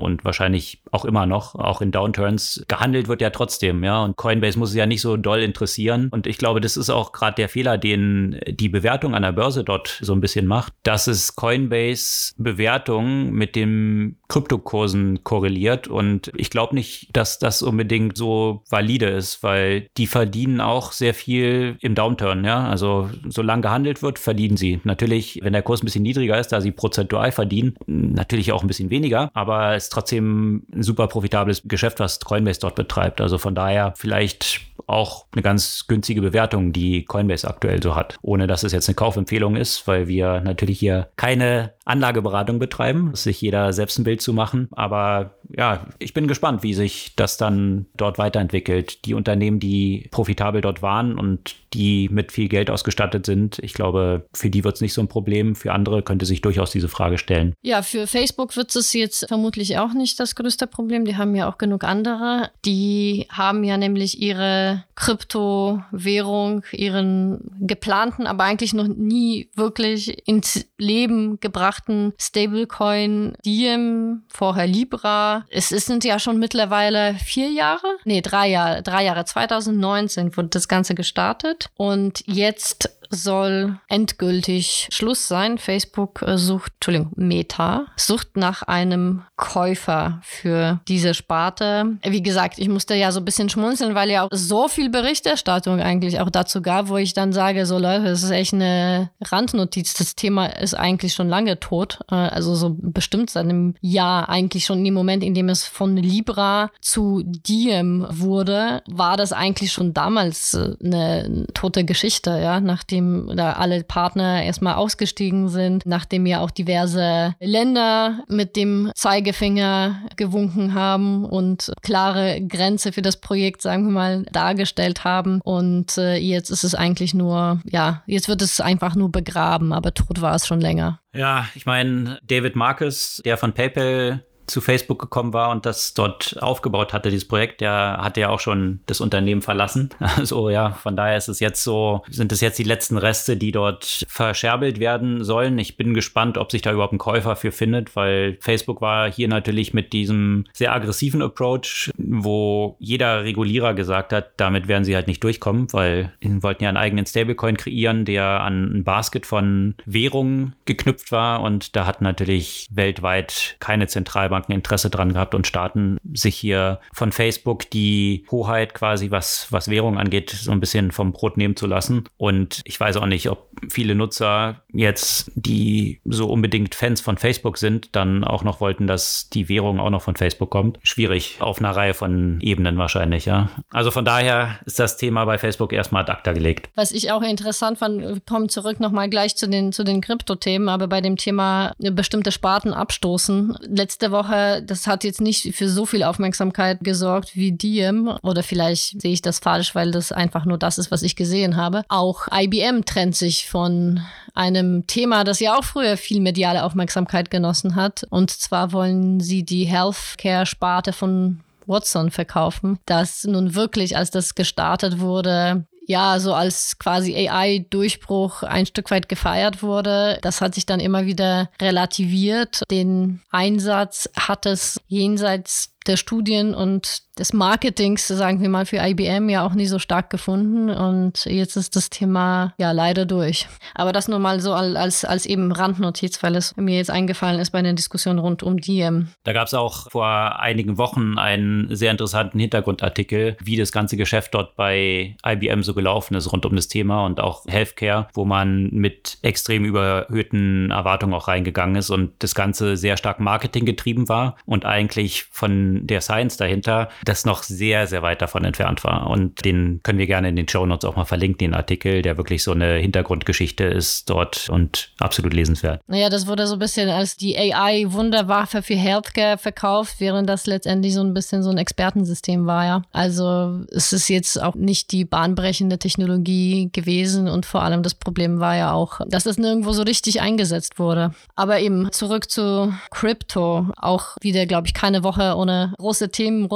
und wahrscheinlich auch immer noch, auch in Downturns, gehandelt wird ja trotzdem, ja. Und Coinbase muss es ja nicht so doll interessieren. Und ich glaube, das ist auch gerade der Fehler, den die Bewertung an der Börse dort so ein bisschen macht, dass es Coinbase Bewertung mit den Kryptokursen korreliert. Und ich glaube nicht, dass das unbedingt so valide ist, weil die verdienen auch sehr viel im Downturn, ja. Also solange gehandelt wird, verdienen sie. Natürlich, wenn der Kurs ein bisschen niedriger ist, da sie prozentual verdienen, natürlich auch ein bisschen weniger, aber es ist trotzdem ein super profitables Geschäft, was Coinbase dort betreibt. Also von daher vielleicht auch eine ganz günstige Bewertung, die Coinbase aktuell so hat. Ohne dass es jetzt eine Kaufempfehlung ist, weil wir natürlich hier keine Anlageberatung betreiben, sich jeder selbst ein Bild zu machen. Aber ja, ich bin gespannt, wie sich das dann dort weiterentwickelt. Die Unternehmen, die profitabel dort waren und die mit viel Geld ausgestattet sind, ich glaube, für die wird es nicht so ein Problem. Für andere könnte sich durchaus diese Frage stellen. Ja, für Facebook wird es jetzt vermutlich auch nicht das größte Problem. Die haben ja auch genug andere. Die haben ja nämlich ihre Kryptowährung, ihren geplanten, aber eigentlich noch nie wirklich ins Leben gebrachten Stablecoin Diem, vorher Libra. Es sind ja schon mittlerweile vier Jahre, nee, drei Jahre, drei Jahre. zwanzig neunzehn wurde das Ganze gestartet und jetzt soll endgültig Schluss sein. Facebook äh, sucht, Entschuldigung, Meta sucht nach einem Käufer für diese Sparte. Wie gesagt, ich musste ja so ein bisschen schmunzeln, weil ja auch so viel Berichterstattung eigentlich auch dazu gab, wo ich dann sage, so Leute, das ist echt eine Randnotiz. Das Thema ist eigentlich schon lange tot. Äh, also so bestimmt seit einem Jahr eigentlich schon im Moment, in dem es von Libra zu Diem wurde, war das eigentlich schon damals äh, eine tote Geschichte, ja, nachdem da alle Partner erstmal ausgestiegen sind, nachdem ja auch diverse Länder mit dem Zeigefinger gewunken haben und klare Grenze für das Projekt, sagen wir mal, dargestellt haben. Und äh, jetzt ist es eigentlich nur, ja, jetzt wird es einfach nur begraben, aber tot war es schon länger. Ja, ich meine, David Marcus, der von PayPal zu Facebook gekommen war und das dort aufgebaut hatte, dieses Projekt, der hatte ja auch schon das Unternehmen verlassen. Also ja, von daher ist es jetzt so, sind es jetzt die letzten Reste, die dort verscherbelt werden sollen. Ich bin gespannt, ob sich da überhaupt ein Käufer für findet, weil Facebook war hier natürlich mit diesem sehr aggressiven Approach, wo jeder Regulierer gesagt hat, damit werden sie halt nicht durchkommen, weil sie wollten ja einen eigenen Stablecoin kreieren, der an ein Basket von Währungen geknüpft war und da hat natürlich weltweit keine Zentralbank Interesse dran gehabt und Staaten sich hier von Facebook die Hoheit quasi, was, was Währung angeht, so ein bisschen vom Brot nehmen zu lassen. Und ich weiß auch nicht, ob viele Nutzer jetzt, die so unbedingt Fans von Facebook sind, dann auch noch wollten, dass die Währung auch noch von Facebook kommt. Schwierig, auf einer Reihe von Ebenen wahrscheinlich, ja. Also von daher ist das Thema bei Facebook erstmal ad acta gelegt. Was ich auch interessant fand, wir kommen zurück nochmal gleich zu den, zu den Kryptothemen, aber bei dem Thema bestimmte Sparten abstoßen. Letzte Woche das hat jetzt nicht für so viel Aufmerksamkeit gesorgt wie Diem. Oder vielleicht sehe ich das falsch, weil das einfach nur das ist, was ich gesehen habe. Auch I B M trennt sich von einem Thema, das ja auch früher viel mediale Aufmerksamkeit genossen hat. Und zwar wollen sie die Healthcare-Sparte von Watson verkaufen, das nun wirklich, als das gestartet wurde, ja, so als quasi A I-Durchbruch ein Stück weit gefeiert wurde. Das hat sich dann immer wieder relativiert. Den Einsatz hat es jenseits der Studien und des Marketings, sagen wir mal, für I B M ja auch nie so stark gefunden und jetzt ist das Thema ja leider durch. Aber das nur mal so als, als eben Randnotiz, weil es mir jetzt eingefallen ist bei den Diskussionen rund um Diem. Da gab es auch vor einigen Wochen einen sehr interessanten Hintergrundartikel, wie das ganze Geschäft dort bei I B M so gelaufen ist rund um das Thema und auch Healthcare, wo man mit extrem überhöhten Erwartungen auch reingegangen ist und das Ganze sehr stark Marketing getrieben war und eigentlich von der Science dahinter, das noch sehr, sehr weit davon entfernt war. Und den können wir gerne in den Shownotes auch mal verlinken, den Artikel, der wirklich so eine Hintergrundgeschichte ist dort und absolut lesenswert. Naja, das wurde so ein bisschen als die A I-Wunderwaffe für Healthcare verkauft, während das letztendlich so ein bisschen so ein Expertensystem war, ja. Also es ist jetzt auch nicht die bahnbrechende Technologie gewesen und vor allem das Problem war ja auch, dass es nirgendwo so richtig eingesetzt wurde. Aber eben zurück zu Crypto, auch wieder, glaube ich, keine Woche ohne große Themen rund um das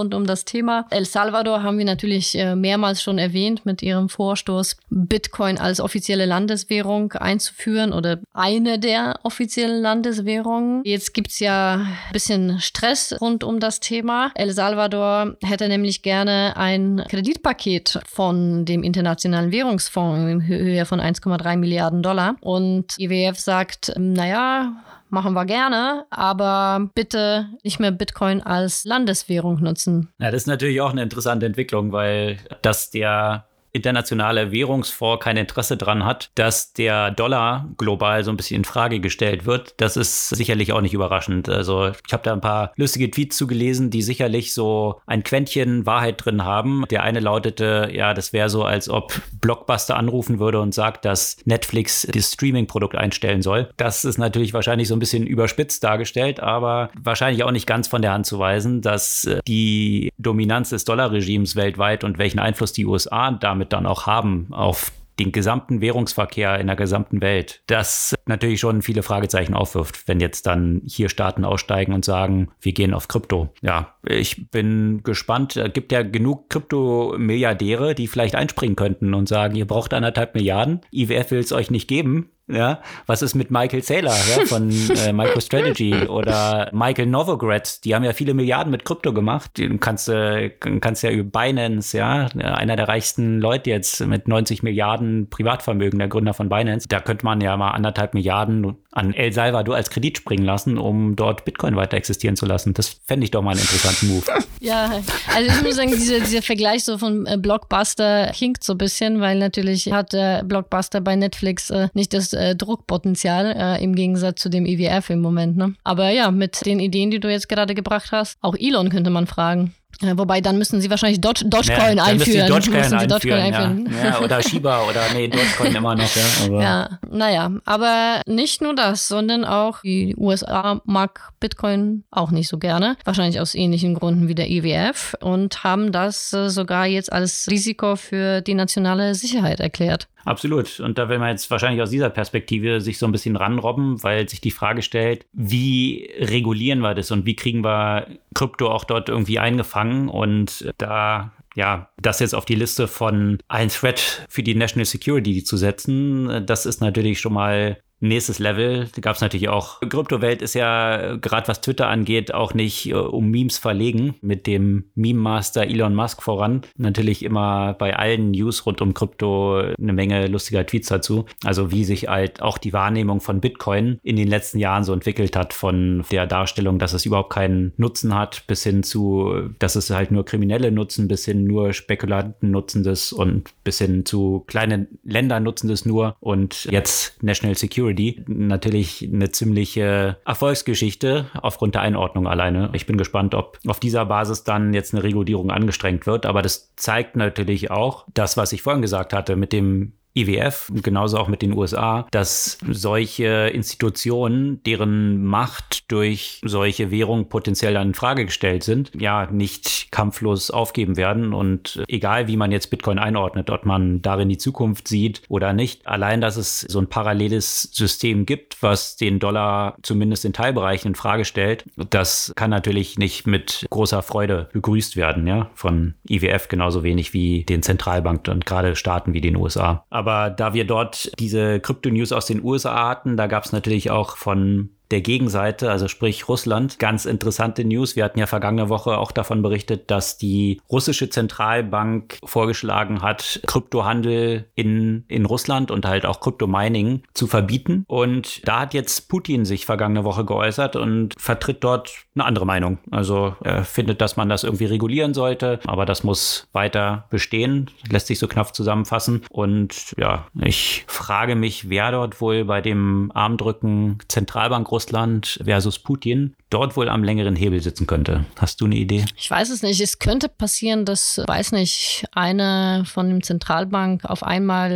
das Thema. El Salvador haben wir natürlich mehrmals schon erwähnt mit ihrem Vorstoß, Bitcoin als offizielle Landeswährung einzuführen oder eine der offiziellen Landeswährungen. Jetzt gibt's ja ein bisschen Stress rund um das Thema. El Salvador hätte nämlich gerne ein Kreditpaket von dem Internationalen Währungsfonds in Höhe von eins Komma drei Milliarden Dollar. Und I W F sagt, naja, machen wir gerne, aber bitte nicht mehr Bitcoin als Landeswährung nutzen. Ja, das ist natürlich auch eine interessante Entwicklung, weil dass der internationale Währungsfonds kein Interesse dran hat, dass der Dollar global so ein bisschen in Frage gestellt wird. Das ist sicherlich auch nicht überraschend. Also ich habe da ein paar lustige Tweets zugelesen, die sicherlich so ein Quäntchen Wahrheit drin haben. Der eine lautete, ja, das wäre so, als ob Blockbuster anrufen würde und sagt, dass Netflix das Streaming-Produkt einstellen soll. Das ist natürlich wahrscheinlich so ein bisschen überspitzt dargestellt, aber wahrscheinlich auch nicht ganz von der Hand zu weisen, dass die Dominanz des Dollarregimes weltweit und welchen Einfluss die U S A damit dann auch haben auf den gesamten Währungsverkehr in der gesamten Welt, das natürlich schon viele Fragezeichen aufwirft, wenn jetzt dann hier Staaten aussteigen und sagen, wir gehen auf Krypto. Ja, ich bin gespannt. Es gibt ja genug Krypto-Milliardäre, die vielleicht einspringen könnten und sagen, ihr braucht anderthalb Milliarden, I W F will es euch nicht geben. Ja, was ist mit Michael Saylor ja, von äh, MicroStrategy oder Michael Novogratz? Die haben ja viele Milliarden mit Krypto gemacht. Du kannst, äh, kannst ja über Binance, ja, einer der reichsten Leute jetzt mit neunzig Milliarden Privatvermögen, der Gründer von Binance. Da könnte man ja mal anderthalb Milliarden an El Salvador als Kredit springen lassen, um dort Bitcoin weiter existieren zu lassen. Das fände ich doch mal einen interessanten Move. Ja, also ich muss sagen, diese, dieser Vergleich so von äh, Blockbuster hinkt so ein bisschen, weil natürlich hat der äh, Blockbuster bei Netflix äh, nicht das äh, Druckpotenzial äh, im Gegensatz zu dem I W F im Moment. Ne? Aber ja, mit den Ideen, die du jetzt gerade gebracht hast, auch Elon könnte man fragen. Ja, wobei, dann müssen sie wahrscheinlich Doge, Dogecoin ja, einführen. Dogecoin müssen sie einführen, Dogecoin einführen. Ja. Ja, oder Shiba oder nee, Dogecoin immer noch. Ja, aber ja, naja, aber nicht nur das, sondern auch die U S A mag Bitcoin auch nicht so gerne. Wahrscheinlich aus ähnlichen Gründen wie der I W F und haben das äh, sogar jetzt als Risiko für die nationale Sicherheit erklärt. Absolut. Und da will man jetzt wahrscheinlich aus dieser Perspektive sich so ein bisschen ranrobben, weil sich die Frage stellt, wie regulieren wir das und wie kriegen wir Krypto auch dort irgendwie eingefangen? Und da ja, das jetzt auf die Liste von ein Threat für die National Security zu setzen, das ist natürlich schon mal nächstes Level. Da gab es natürlich auch, Kryptowelt ist ja, gerade was Twitter angeht, auch nicht äh, um Memes verlegen, mit dem Meme-Master Elon Musk voran. Natürlich immer bei allen News rund um Krypto eine Menge lustiger Tweets dazu. Also wie sich halt auch die Wahrnehmung von Bitcoin in den letzten Jahren so entwickelt hat, von der Darstellung, dass es überhaupt keinen Nutzen hat, bis hin zu, dass es halt nur Kriminelle nutzen, bis hin nur Spekulanten nutzen das und bis hin zu kleinen Ländern nutzen das nur und jetzt National Security. Natürlich eine ziemliche Erfolgsgeschichte aufgrund der Einordnung alleine. Ich bin gespannt, ob auf dieser Basis dann jetzt eine Regulierung angestrengt wird. Aber das zeigt natürlich auch das, was ich vorhin gesagt hatte mit dem I W F, genauso auch mit den U S A, dass solche Institutionen, deren Macht durch solche Währungen potenziell dann in Frage gestellt sind, ja, nicht kampflos aufgeben werden. Und egal, wie man jetzt Bitcoin einordnet, ob man darin die Zukunft sieht oder nicht, allein, dass es so ein paralleles System gibt, was den Dollar zumindest in Teilbereichen in Frage stellt, das kann natürlich nicht mit großer Freude begrüßt werden, ja, von I W F genauso wenig wie den Zentralbanken und gerade Staaten wie den U S A. Aber da wir dort diese Krypto-News aus den U S A hatten, da gab es natürlich auch von der Gegenseite, also sprich Russland, ganz interessante News. Wir hatten ja vergangene Woche auch davon berichtet, dass die russische Zentralbank vorgeschlagen hat, Kryptohandel in, in Russland und halt auch Kryptomining zu verbieten. Und da hat jetzt Putin sich vergangene Woche geäußert und vertritt dort eine andere Meinung. Also er findet, dass man das irgendwie regulieren sollte, aber das muss weiter bestehen, lässt sich so knapp zusammenfassen. Und ja, ich frage mich, wer dort wohl bei dem Armdrücken Zentralbank Russland versus Putin dort wohl am längeren Hebel sitzen könnte. Hast du eine Idee? Ich weiß es nicht. Es könnte passieren, dass, weiß nicht, eine von dem Zentralbank auf einmal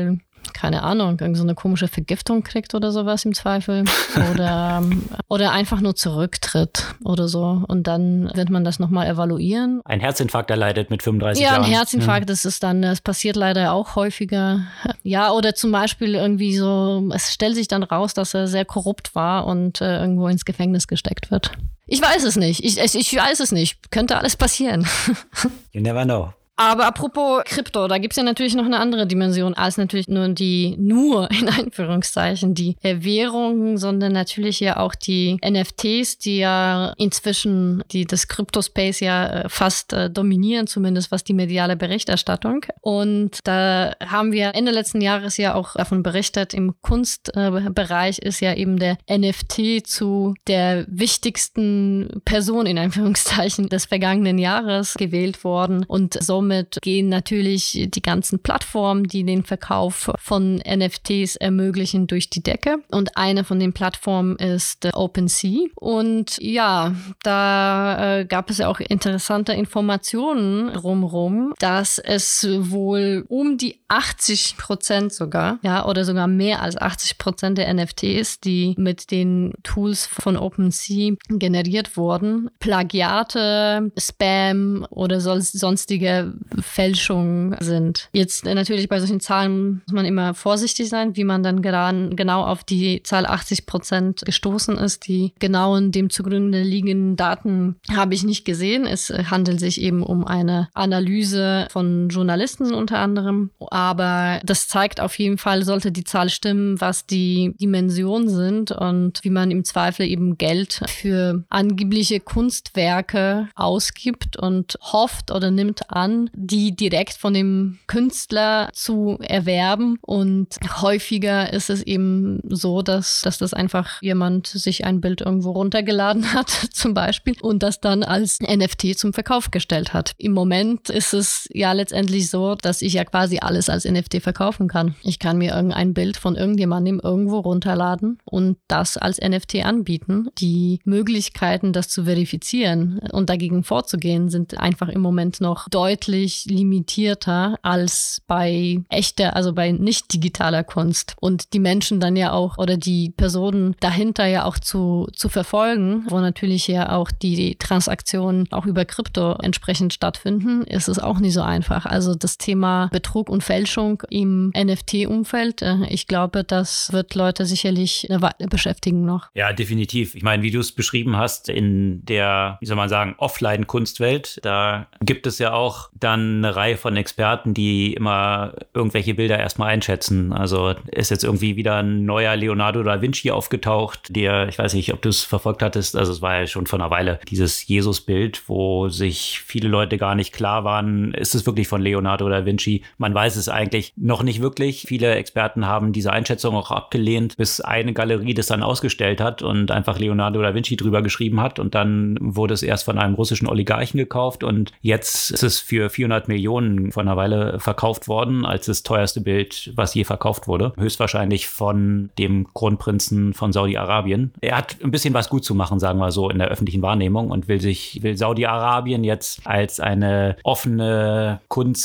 keine Ahnung, irgend so eine komische Vergiftung kriegt oder sowas im Zweifel. Oder, oder einfach nur zurücktritt oder so. Und dann wird man das nochmal evaluieren. Ein Herzinfarkt erleidet mit fünfunddreißig ja, Jahren. Ja, ein Herzinfarkt, ja. das ist dann, das passiert leider auch häufiger. Ja, oder zum Beispiel irgendwie so, es stellt sich dann raus, dass er sehr korrupt war und äh, irgendwo ins Gefängnis gesteckt wird. Ich weiß es nicht. Ich, ich weiß es nicht. Könnte alles passieren. You never know. Aber apropos Krypto, da gibt's ja natürlich noch eine andere Dimension als natürlich nur die, nur in Anführungszeichen, die Währungen, sondern natürlich ja auch die N F Ts, die ja inzwischen die das Kryptospace ja fast äh, dominieren, zumindest was die mediale Berichterstattung. Und da haben wir Ende letzten Jahres ja auch davon berichtet, im Kunstbereich äh, ist ja eben der N F T zu der wichtigsten Person in Anführungszeichen des vergangenen Jahres gewählt worden und so Somit gehen natürlich die ganzen Plattformen, die den Verkauf von N F Ts ermöglichen, durch die Decke. Und eine von den Plattformen ist äh, OpenSea. Und ja, da äh, gab es ja auch interessante Informationen drumherum, dass es wohl um die achtzig Prozent sogar, ja, oder sogar mehr als achtzig Prozent der N F Ts, die mit den Tools von OpenSea generiert wurden, Plagiate, Spam oder so, sonstige Fälschungen sind. Jetzt äh, natürlich bei solchen Zahlen muss man immer vorsichtig sein, wie man dann gerade genau auf die Zahl achtzig Prozent gestoßen ist. Die genauen dem zugrunde liegenden Daten habe ich nicht gesehen. Es äh, handelt sich eben um eine Analyse von Journalisten unter anderem. Aber das zeigt auf jeden Fall, sollte die Zahl stimmen, was die Dimensionen sind und wie man im Zweifel eben Geld für angebliche Kunstwerke ausgibt und hofft oder nimmt an, die direkt von dem Künstler zu erwerben. Und häufiger ist es eben so, dass, dass das einfach jemand sich ein Bild irgendwo runtergeladen hat, zum Beispiel, und das dann als N F T zum Verkauf gestellt hat. Im Moment ist es ja letztendlich so, dass ich ja quasi alles als N F T verkaufen kann. Ich kann mir irgendein Bild von irgendjemandem irgendwo runterladen und das als N F T anbieten. Die Möglichkeiten, das zu verifizieren und dagegen vorzugehen, sind einfach im Moment noch deutlich limitierter als bei echter, also bei nicht digitaler Kunst. Und die Menschen dann ja auch oder die Personen dahinter ja auch zu, zu verfolgen, wo natürlich ja auch die Transaktionen auch über Krypto entsprechend stattfinden, ist es auch nicht so einfach. Also das Thema Betrug und Fälschung im N F T-Umfeld, ich glaube, das wird Leute sicherlich eine Weile beschäftigen noch. Ja, definitiv. Ich meine, wie du es beschrieben hast, in der, wie soll man sagen, Offline-Kunstwelt, da gibt es ja auch dann eine Reihe von Experten, die immer irgendwelche Bilder erstmal einschätzen. Also ist jetzt irgendwie wieder ein neuer Leonardo da Vinci aufgetaucht, der, ich weiß nicht, ob du es verfolgt hattest, also es war ja schon vor einer Weile, dieses Jesus-Bild, wo sich viele Leute gar nicht klar waren, ist es wirklich von Leonardo da Vinci? Man weiß es eigentlich noch nicht wirklich. Viele Experten haben diese Einschätzung auch abgelehnt, bis eine Galerie das dann ausgestellt hat und einfach Leonardo da Vinci drüber geschrieben hat und dann wurde es erst von einem russischen Oligarchen gekauft und jetzt ist es für vierhundert Millionen vor einer Weile verkauft worden, als das teuerste Bild, was je verkauft wurde. Höchstwahrscheinlich von dem Kronprinzen von Saudi-Arabien. Er hat ein bisschen was gut zu machen, sagen wir so, in der öffentlichen Wahrnehmung und will sich, will Saudi-Arabien jetzt als eine offene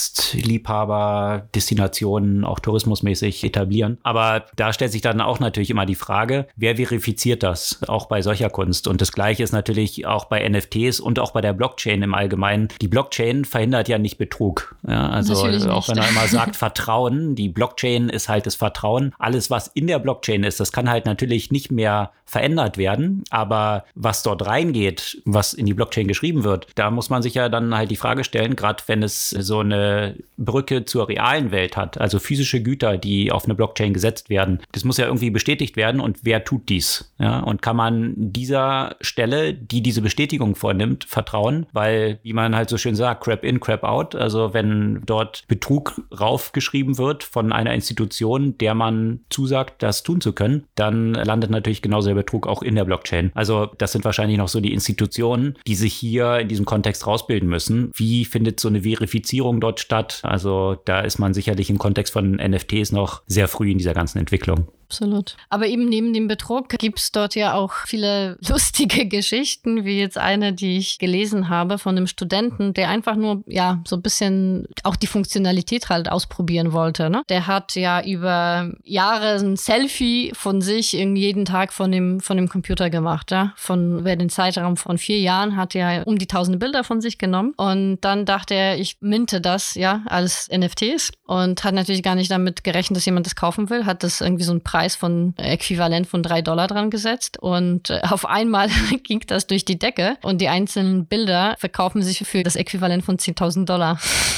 Kunstliebhaber-Destination auch tourismusmäßig etablieren. Aber da stellt sich dann auch natürlich immer die Frage, wer verifiziert das, auch bei solcher Kunst? Und das Gleiche ist natürlich auch bei N F Ts und auch bei der Blockchain im Allgemeinen. Die Blockchain verhindert ja nicht Betrug. Ja, also natürlich auch nicht. wenn er immer sagt Vertrauen, die Blockchain ist halt das Vertrauen. Alles, was in der Blockchain ist, das kann halt natürlich nicht mehr verändert werden. Aber was dort reingeht, was in die Blockchain geschrieben wird, da muss man sich ja dann halt die Frage stellen, gerade wenn es so eine Brücke zur realen Welt hat, also physische Güter, die auf eine Blockchain gesetzt werden. Das muss ja irgendwie bestätigt werden und wer tut dies? Ja, und kann man dieser Stelle, die diese Bestätigung vornimmt, vertrauen? Weil, wie man halt so schön sagt, crap in, crap out. Also wenn dort Betrug raufgeschrieben wird von einer Institution, der man zusagt, das tun zu können, dann landet natürlich genauso der Betrug auch in der Blockchain. Also das sind wahrscheinlich noch so die Institutionen, die sich hier in diesem Kontext rausbilden müssen. Wie findet so eine Verifizierung dort statt? Also da ist man sicherlich im Kontext von N F Ts noch sehr früh in dieser ganzen Entwicklung. absolut. Aber eben neben dem Betrug gibt es dort ja auch viele lustige Geschichten, wie jetzt eine, die ich gelesen habe von einem Studenten, der einfach nur ja so ein bisschen auch die Funktionalität halt ausprobieren wollte. Ne? Der hat ja über Jahre ein Selfie von sich jeden Tag von dem, von dem Computer gemacht. Ja? Von über den Zeitraum von vier Jahren hat er um die tausende Bilder von sich genommen und dann dachte er, ich minte das ja als N F Ts und hat natürlich gar nicht damit gerechnet, dass jemand das kaufen will, hat das irgendwie so einen Preis von äquivalent von drei Dollar dran gesetzt und auf einmal ging das durch die Decke und die einzelnen Bilder verkaufen sich für das Äquivalent von zehntausend Dollar.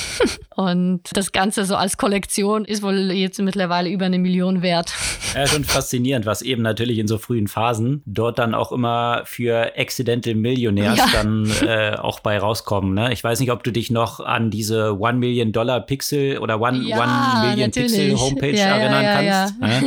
Und das Ganze so als Kollektion ist wohl jetzt mittlerweile über eine Million wert. Ja, schon faszinierend, was eben natürlich in so frühen Phasen dort dann auch immer für Accidental Millionaires ja. dann äh, auch bei rauskommen. Ne? Ich weiß nicht, ob du dich noch an diese One Million Dollar Pixel oder One, ja, One Million natürlich. Pixel Homepage ja, erinnern ja, ja, kannst. Ja.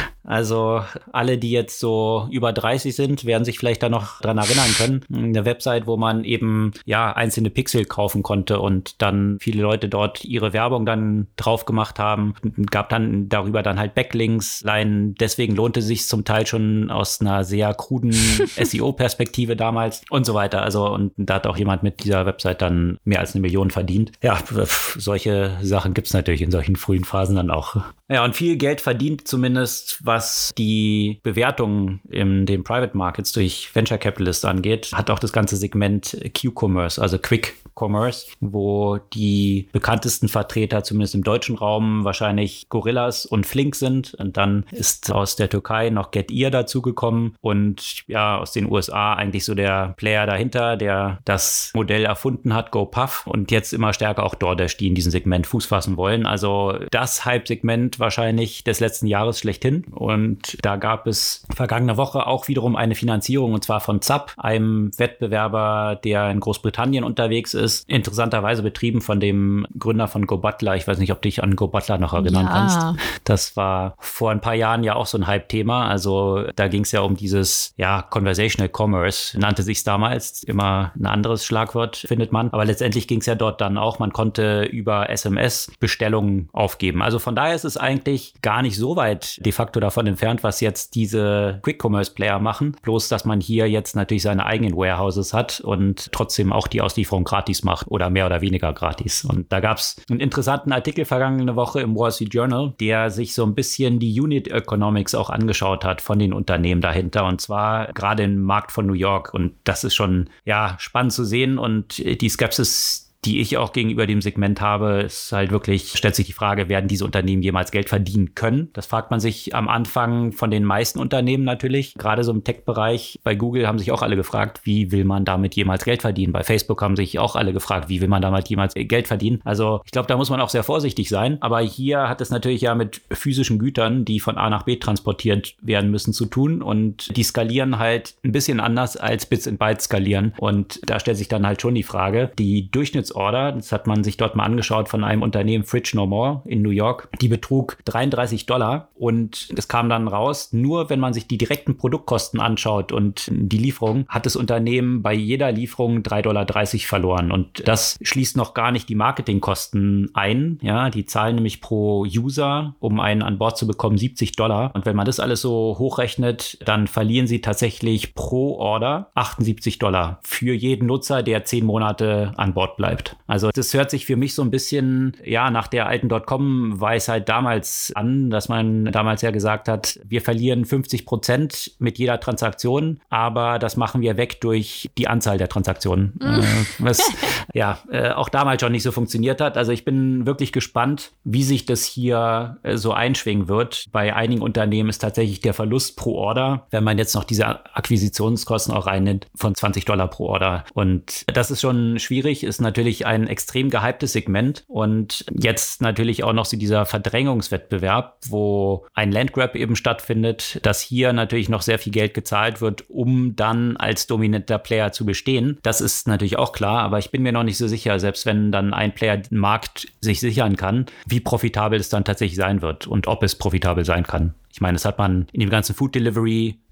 Also alle, die jetzt so über dreißig sind, werden sich vielleicht da noch dran erinnern können. Eine Website, wo man eben ja einzelne Pixel kaufen konnte und dann viele Leute dort ihre Werbung dann drauf gemacht haben. Gab dann darüber dann halt Backlinks. Allein deswegen lohnte es sich zum Teil schon aus einer sehr kruden S E O-Perspektive damals und so weiter. Also und da hat auch jemand mit dieser Website dann mehr als eine Million verdient. Ja, solche Sachen gibt es natürlich in solchen frühen Phasen dann auch. Ja, und viel Geld verdient zumindest, was die Bewertung in den Private Markets durch Venture Capitalists angeht, hat auch das ganze Segment Q-Commerce, also Quick Commerce, wo die bekanntesten Vertreter, zumindest im deutschen Raum, wahrscheinlich Gorillas und Flink sind. Und dann ist aus der Türkei noch Getir dazugekommen und ja, aus den U S A eigentlich so der Player dahinter, der das Modell erfunden hat, GoPuff, und jetzt immer stärker auch DoorDash, die in diesem Segment Fuß fassen wollen. Also das Hype-Segment wahrscheinlich des letzten Jahres schlechthin. Und da gab es vergangene Woche auch wiederum eine Finanzierung, und zwar von Zapp, einem Wettbewerber, der in Großbritannien unterwegs ist. Interessanterweise betrieben von dem Gründer von GoButler. Ich weiß nicht, ob du dich an GoButler noch erinnern ja. kannst. Das war vor ein paar Jahren ja auch so ein Hype-Thema. Also da ging es ja um dieses, ja, Conversational Commerce, nannte sich es damals. Immer ein anderes Schlagwort, findet man. Aber letztendlich ging es ja dort dann auch. Man konnte über S M S Bestellungen aufgeben. Also von daher ist es eigentlich gar nicht so weit de facto davon entfernt, was jetzt diese Quick-Commerce-Player machen. Bloß, dass man hier jetzt natürlich seine eigenen Warehouses hat und trotzdem auch die Auslieferung gratis macht oder mehr oder weniger gratis. Und da gab es einen interessanten Artikel vergangene Woche im Wall Street Journal, der sich so ein bisschen die Unit Economics auch angeschaut hat von den Unternehmen dahinter, und zwar gerade im Markt von New York. Und das ist schon ja spannend zu sehen, und die Skepsis, die ich auch gegenüber dem Segment habe, ist halt wirklich, stellt sich die Frage, werden diese Unternehmen jemals Geld verdienen können? Das fragt man sich am Anfang von den meisten Unternehmen natürlich. Gerade so im Tech-Bereich. Bei Google haben sich auch alle gefragt, wie will man damit jemals Geld verdienen? Bei Facebook haben sich auch alle gefragt, wie will man damit jemals Geld verdienen? Also ich glaube, da muss man auch sehr vorsichtig sein. Aber hier hat es natürlich ja mit physischen Gütern, die von A nach B transportiert werden müssen, zu tun. Und die skalieren halt ein bisschen anders als Bits and Bytes skalieren. Und da stellt sich dann halt schon die Frage, die Durchschnitts Order, das hat man sich dort mal angeschaut von einem Unternehmen, Fridge No More in New York, die betrug dreiunddreißig Dollar, und es kam dann raus, nur wenn man sich die direkten Produktkosten anschaut und die Lieferung, hat das Unternehmen bei jeder Lieferung drei Komma dreißig Dollar verloren, und das schließt noch gar nicht die Marketingkosten ein, ja, die zahlen nämlich pro User, um einen an Bord zu bekommen, siebzig Dollar, und wenn man das alles so hochrechnet, dann verlieren sie tatsächlich pro Order achtundsiebzig Dollar für jeden Nutzer, der zehn Monate an Bord bleibt. Also das hört sich für mich so ein bisschen ja nach der alten Dotcom-Weisheit damals an, dass man damals ja gesagt hat, wir verlieren fünfzig Prozent mit jeder Transaktion, aber das machen wir weg durch die Anzahl der Transaktionen. äh, was ja äh, auch damals schon nicht so funktioniert hat. Also ich bin wirklich gespannt, wie sich das hier äh, so einschwingen wird. Bei einigen Unternehmen ist tatsächlich der Verlust pro Order, wenn man jetzt noch diese Akquisitionskosten auch reinnimmt, von zwanzig Dollar pro Order. Und das ist schon schwierig, ist natürlich ein extrem gehyptes Segment, und jetzt natürlich auch noch so dieser Verdrängungswettbewerb, wo ein Landgrab eben stattfindet, dass hier natürlich noch sehr viel Geld gezahlt wird, um dann als dominanter Player zu bestehen. Das ist natürlich auch klar, aber ich bin mir noch nicht so sicher, selbst wenn dann ein Player den Markt sich sichern kann, wie profitabel es dann tatsächlich sein wird und ob es profitabel sein kann. Ich meine, das hat man in dem ganzen Food Delivery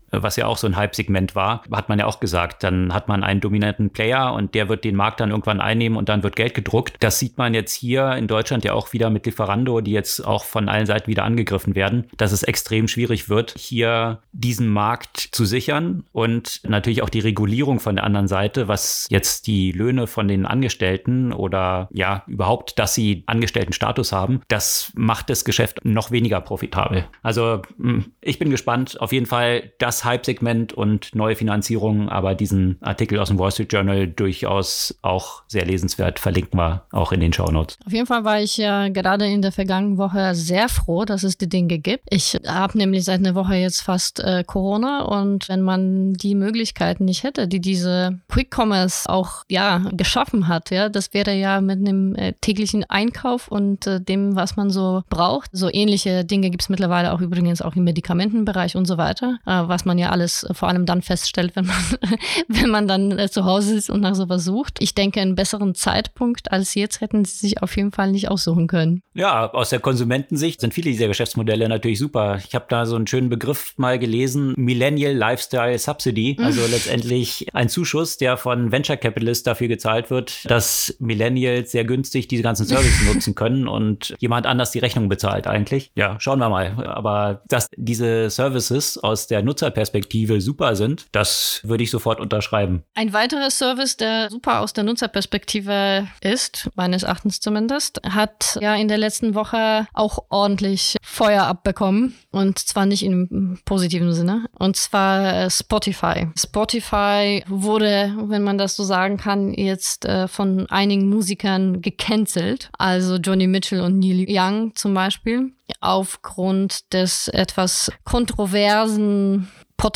was ja auch so ein Hype-Segment war, hat man ja auch gesagt, dann hat man einen dominanten Player und der wird den Markt dann irgendwann einnehmen und dann wird Geld gedruckt. Das sieht man jetzt hier in Deutschland ja auch wieder mit Lieferando, die jetzt auch von allen Seiten wieder angegriffen werden, dass es extrem schwierig wird, hier diesen Markt zu sichern und natürlich auch die Regulierung von der anderen Seite, was jetzt die Löhne von den Angestellten oder ja überhaupt, dass sie Angestelltenstatus haben, das macht das Geschäft noch weniger profitabel. Also ich bin gespannt, auf jeden Fall das Hype-Segment und neue Finanzierungen, aber diesen Artikel aus dem Wall Street Journal durchaus auch sehr lesenswert, verlinken wir auch in den Shownotes. Auf jeden Fall war ich ja gerade in der vergangenen Woche sehr froh, dass es die Dinge gibt. Ich habe nämlich seit einer Woche jetzt fast äh, Corona und wenn man die Möglichkeiten nicht hätte, die diese Quick Commerce auch ja geschaffen hat, ja, das wäre ja mit einem äh, täglichen Einkauf und äh, dem, was man so braucht. So ähnliche Dinge gibt es mittlerweile auch übrigens auch im Medikamentenbereich und so weiter, äh, was man ja alles äh, vor allem dann feststellt, wenn man wenn man dann äh, zu Hause ist und nach sowas sucht. Ich denke, einen besseren Zeitpunkt als jetzt hätten sie sich auf jeden Fall nicht aussuchen können. Ja, aus der Konsumentensicht sind viele dieser Geschäftsmodelle natürlich super. Ich habe da so einen schönen Begriff mal gelesen, Millennial Lifestyle Subsidy, also letztendlich ein Zuschuss, der von Venture Capitalists dafür gezahlt wird, dass Millennials sehr günstig diese ganzen Services nutzen können und jemand anders die Rechnung bezahlt eigentlich. Ja, schauen wir mal. Aber dass diese Services aus der Nutzerperspektive super sind, das würde ich sofort unterschreiben. Ein weiterer Service, der super aus der Nutzerperspektive ist, meines Erachtens zumindest, hat ja in der letzten Woche auch ordentlich Feuer abbekommen und zwar nicht im positiven Sinne, und zwar Spotify. Spotify wurde, wenn man das so sagen kann, jetzt äh, von einigen Musikern gecancelt, also Joni Mitchell und Neil Young zum Beispiel, aufgrund des etwas kontroversen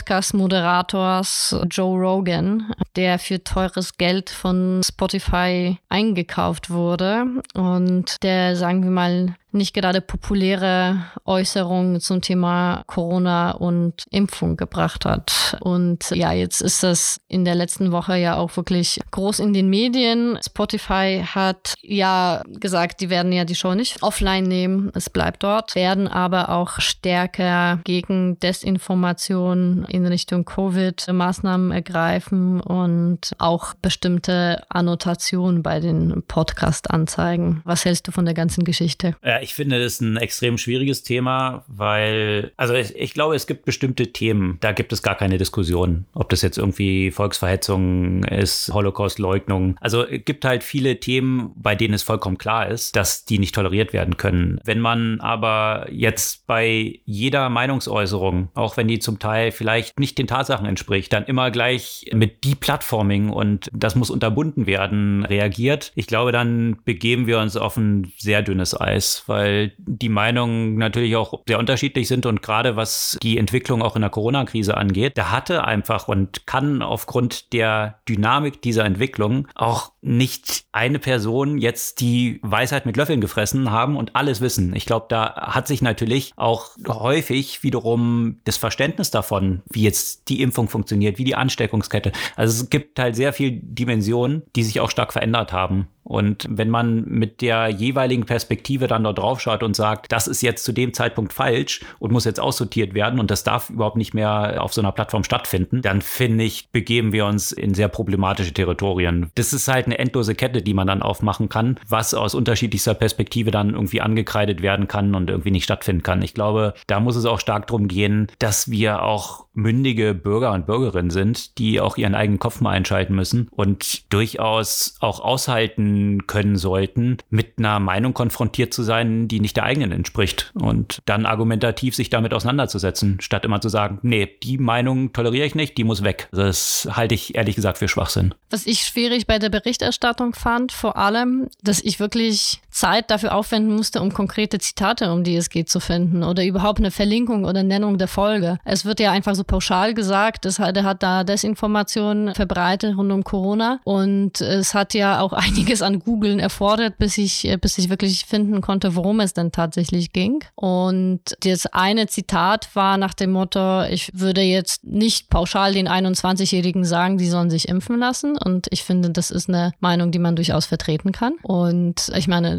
Podcast-Moderators Joe Rogan, der für teures Geld von Spotify eingekauft wurde und der, sagen wir mal, nicht gerade populäre Äußerungen zum Thema Corona und Impfung gebracht hat. Und ja, jetzt ist das in der letzten Woche ja auch wirklich groß in den Medien. Spotify hat ja gesagt, die werden ja die Show nicht offline nehmen, es bleibt dort, werden aber auch stärker gegen Desinformation in Richtung Covid-Maßnahmen ergreifen und auch bestimmte Annotationen bei den Podcast-Anzeigen. Was hältst du von der ganzen Geschichte? Ja, ich finde, das ist ein extrem schwieriges Thema, weil, also ich, ich glaube, es gibt bestimmte Themen, da gibt es gar keine Diskussion, ob das jetzt irgendwie Volksverhetzung ist, Holocaust-Leugnung. Also es gibt halt viele Themen, bei denen es vollkommen klar ist, dass die nicht toleriert werden können. Wenn man aber jetzt bei jeder Meinungsäußerung, auch wenn die zum Teil vielleicht nicht den Tatsachen entspricht, dann immer gleich mit Deplatforming und das muss unterbunden werden, reagiert, ich glaube, dann begeben wir uns auf ein sehr dünnes Eis, weil die Meinungen natürlich auch sehr unterschiedlich sind und gerade was die Entwicklung auch in der Corona-Krise angeht, da hatte einfach und kann aufgrund der Dynamik dieser Entwicklung auch nicht eine Person jetzt die Weisheit mit Löffeln gefressen haben und alles wissen. Ich glaube, da hat sich natürlich auch häufig wiederum das Verständnis davon, wie jetzt die Impfung funktioniert, wie die Ansteckungskette. Also es gibt halt sehr viele Dimensionen, die sich auch stark verändert haben. Und wenn man mit der jeweiligen Perspektive dann dort drauf schaut und sagt, das ist jetzt zu dem Zeitpunkt falsch und muss jetzt aussortiert werden und das darf überhaupt nicht mehr auf so einer Plattform stattfinden, dann finde ich, begeben wir uns in sehr problematische Territorien. Das ist halt eine endlose Kette, die man dann aufmachen kann, was aus unterschiedlichster Perspektive dann irgendwie angekreidet werden kann und irgendwie nicht stattfinden kann. Ich glaube, da muss es auch stark darum gehen, dass wir auch mündige Bürger und Bürgerinnen sind, die auch ihren eigenen Kopf mal einschalten müssen und durchaus auch aushalten können sollten, mit einer Meinung konfrontiert zu sein, die nicht der eigenen entspricht und dann argumentativ sich damit auseinanderzusetzen, statt immer zu sagen, nee, die Meinung toleriere ich nicht, die muss weg. Das halte ich ehrlich gesagt für Schwachsinn. Was ich schwierig bei der Berichterstattung fand, vor allem, dass ich wirklich Zeit dafür aufwenden musste, um konkrete Zitate, um die es geht, zu finden oder überhaupt eine Verlinkung oder Nennung der Folge. Es wird ja einfach so pauschal gesagt, es hat, er hat da Desinformationen verbreitet rund um Corona und es hat ja auch einiges an Googlen erfordert, bis ich, bis ich wirklich finden konnte, worum es denn tatsächlich ging. Und das eine Zitat war nach dem Motto, ich würde jetzt nicht pauschal den einundzwanzigjährigen sagen, die sollen sich impfen lassen. Und ich finde, das ist eine Meinung, die man durchaus vertreten kann. Und ich meine,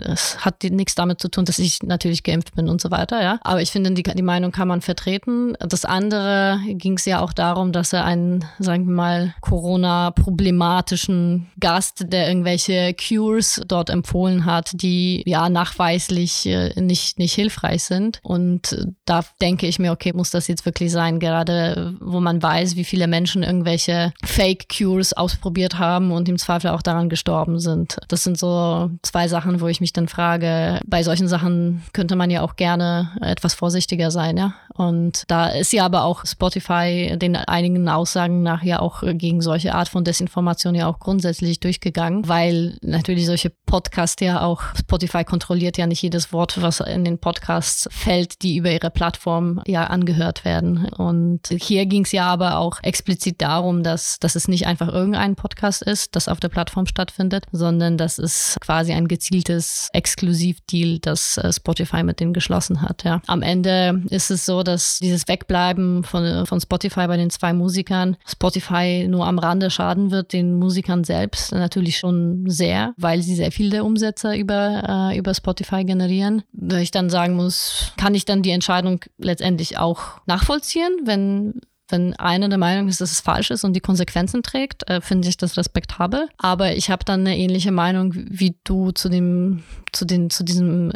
es hat nichts damit zu tun, dass ich natürlich geimpft bin und so weiter, ja. Aber ich finde, die, die Meinung kann man vertreten. Das andere ging es ja auch darum, dass er einen, sagen wir mal, Corona-problematischen Gast, der irgendwelche Cures dort empfohlen hat, die ja nachweislich äh, nicht, nicht hilfreich sind. Und äh, da denke ich mir, okay, muss das jetzt wirklich sein, gerade wo man weiß, wie viele Menschen irgendwelche Fake-Cures ausprobiert haben und im Zweifel auch daran gestorben sind. Das sind so zwei Sachen, wo ich mich dann frage, bei solchen Sachen könnte man ja auch gerne etwas vorsichtiger sein, ja. Und da ist ja aber auch Spotify den einigen Aussagen nach ja auch gegen solche Art von Desinformation ja auch grundsätzlich durchgegangen, weil natürlich solche Podcasts ja auch, Spotify kontrolliert ja nicht jedes Wort, was in den Podcasts fällt, die über ihre Plattform ja angehört werden. Und hier ging es ja aber auch explizit darum, dass, dass es nicht einfach irgendein Podcast ist, das auf der Plattform stattfindet, sondern dass es quasi ein gezieltes Exklusivdeal, das Spotify mit denen geschlossen hat. Ja. Am Ende ist es so, dass dieses Wegbleiben von, von Spotify bei den zwei Musikern Spotify nur am Rande schaden wird, den Musikern selbst natürlich schon sehr, weil sie sehr viele Umsätze über, äh, über Spotify generieren. Wo ich dann sagen muss, kann ich dann die Entscheidung letztendlich auch nachvollziehen, wenn Wenn einer der Meinung ist, dass es falsch ist und die Konsequenzen trägt, äh, finde ich das respektabel. Aber ich habe dann eine ähnliche Meinung wie du zu dem, zu den, zu diesem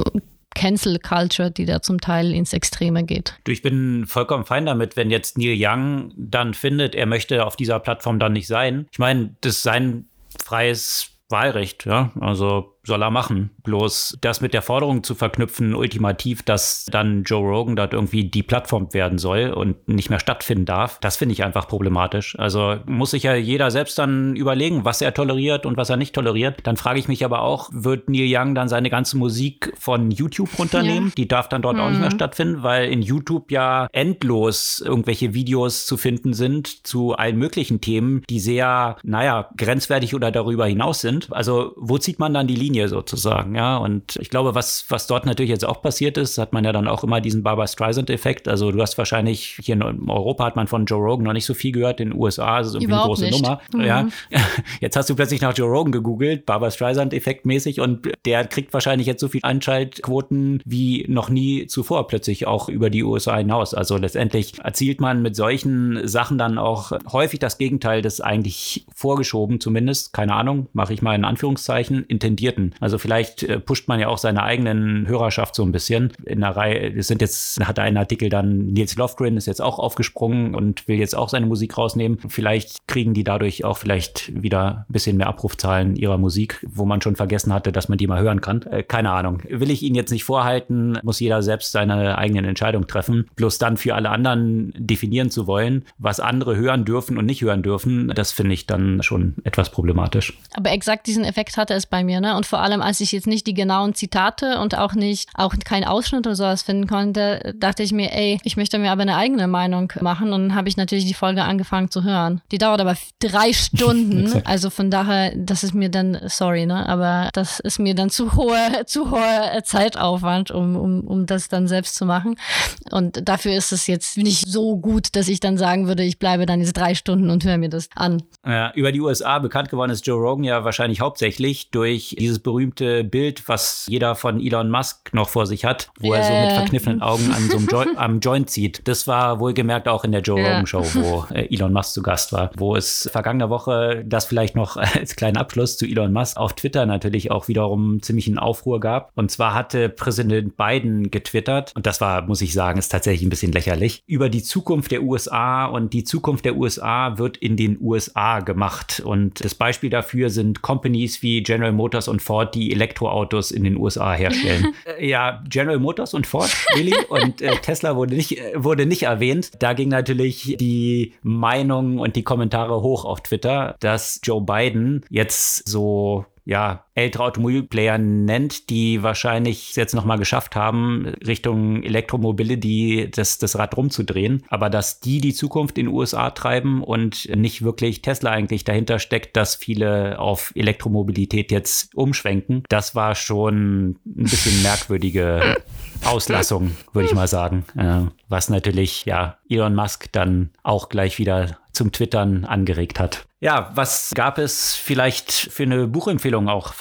Cancel Culture, die da zum Teil ins Extreme geht. Du, ich bin vollkommen fein damit, wenn jetzt Neil Young dann findet, er möchte auf dieser Plattform dann nicht sein. Ich meine, das ist sein freies Wahlrecht, ja, also soll er machen. Bloß das mit der Forderung zu verknüpfen, ultimativ, dass dann Joe Rogan dort irgendwie deplattformt werden soll und nicht mehr stattfinden darf, das finde ich einfach problematisch. Also muss sich ja jeder selbst dann überlegen, was er toleriert und was er nicht toleriert. Dann frage ich mich aber auch, wird Neil Young dann seine ganze Musik von YouTube runternehmen? Ja. Die darf dann dort mhm. auch nicht mehr stattfinden, weil in YouTube ja endlos irgendwelche Videos zu finden sind zu allen möglichen Themen, die sehr, naja, grenzwertig oder darüber hinaus sind. Also wo zieht man dann die Linie sozusagen, ja, und ich glaube, was, was dort natürlich jetzt auch passiert ist, hat man ja dann auch immer diesen Barbra Streisand-Effekt, also du hast wahrscheinlich, hier in Europa hat man von Joe Rogan noch nicht so viel gehört, in den U S A ist es irgendwie Überhaupt eine große nicht. Nummer, Mhm. ja, jetzt hast du plötzlich nach Joe Rogan gegoogelt, Barbra Streisand-Effekt mäßig und der kriegt wahrscheinlich jetzt so viel Einschaltquoten wie noch nie zuvor plötzlich auch über die U S A hinaus, also letztendlich erzielt man mit solchen Sachen dann auch häufig das Gegenteil des eigentlich vorgeschoben, zumindest, keine Ahnung, mache ich mal in Anführungszeichen, intendierten. Also vielleicht äh, pusht man ja auch seine eigenen Hörerschaft so ein bisschen. In der Reihe, es sind jetzt, hat ein Artikel dann, Nils Lofgren ist jetzt auch aufgesprungen und will jetzt auch seine Musik rausnehmen. Vielleicht kriegen die dadurch auch vielleicht wieder ein bisschen mehr Abrufzahlen ihrer Musik, wo man schon vergessen hatte, dass man die mal hören kann. Äh, keine Ahnung. Will ich Ihnen jetzt nicht vorhalten, muss jeder selbst seine eigenen Entscheidungen treffen. Bloß dann für alle anderen definieren zu wollen, was andere hören dürfen und nicht hören dürfen, das finde ich dann schon etwas problematisch. Aber exakt diesen Effekt hatte es bei mir, ne? Und vor allem, als ich jetzt nicht die genauen Zitate und auch nicht, auch keinen Ausschnitt oder sowas finden konnte, dachte ich mir, ey, ich möchte mir aber eine eigene Meinung machen und dann habe ich natürlich die Folge angefangen zu hören. Die dauert aber drei Stunden, also von daher, das ist mir dann, sorry, ne? Aber das ist mir dann zu hoher, zu hoher Zeitaufwand, um, um, um das dann selbst zu machen. Und dafür ist es jetzt nicht so gut, dass ich dann sagen würde, ich bleibe dann jetzt drei Stunden und höre mir das an. Ja, über die U S A bekannt geworden ist Joe Rogan ja wahrscheinlich hauptsächlich durch dieses berühmte Bild, was jeder von Elon Musk noch vor sich hat, wo äh. er so mit verkniffenen Augen an so einem jo- am Joint zieht. Das war wohlgemerkt auch in der Joe Rogan Show, wo äh, Elon Musk zu Gast war, wo es vergangene Woche, das vielleicht noch als kleinen Abschluss zu Elon Musk, auf Twitter natürlich auch wiederum ziemlich einen Aufruhr gab. Und zwar hatte Präsident Biden getwittert, und das war, muss ich sagen, ist tatsächlich ein bisschen lächerlich, über die Zukunft der U S A, und die Zukunft der U S A wird in den U S A gemacht. Und das Beispiel dafür sind Companies wie General Motors und Ford, die Elektroautos in den U S A herstellen. äh, ja, General Motors und Ford, really? Und äh, Tesla wurde nicht, äh, wurde nicht erwähnt. Da ging natürlich die Meinung und die Kommentare hoch auf Twitter, dass Joe Biden jetzt so, ja, ältere Automobilplayer nennt, die wahrscheinlich jetzt nochmal geschafft haben, Richtung Elektromobility das, das Rad rumzudrehen. Aber dass die die Zukunft in den U S A treiben und nicht wirklich Tesla eigentlich dahinter steckt, dass viele auf Elektromobilität jetzt umschwenken, das war schon ein bisschen merkwürdige Auslassung, würde ich mal sagen. Äh, was natürlich, ja, Elon Musk dann auch gleich wieder zum Twittern angeregt hat. Ja, was gab es vielleicht für eine Buchempfehlung auch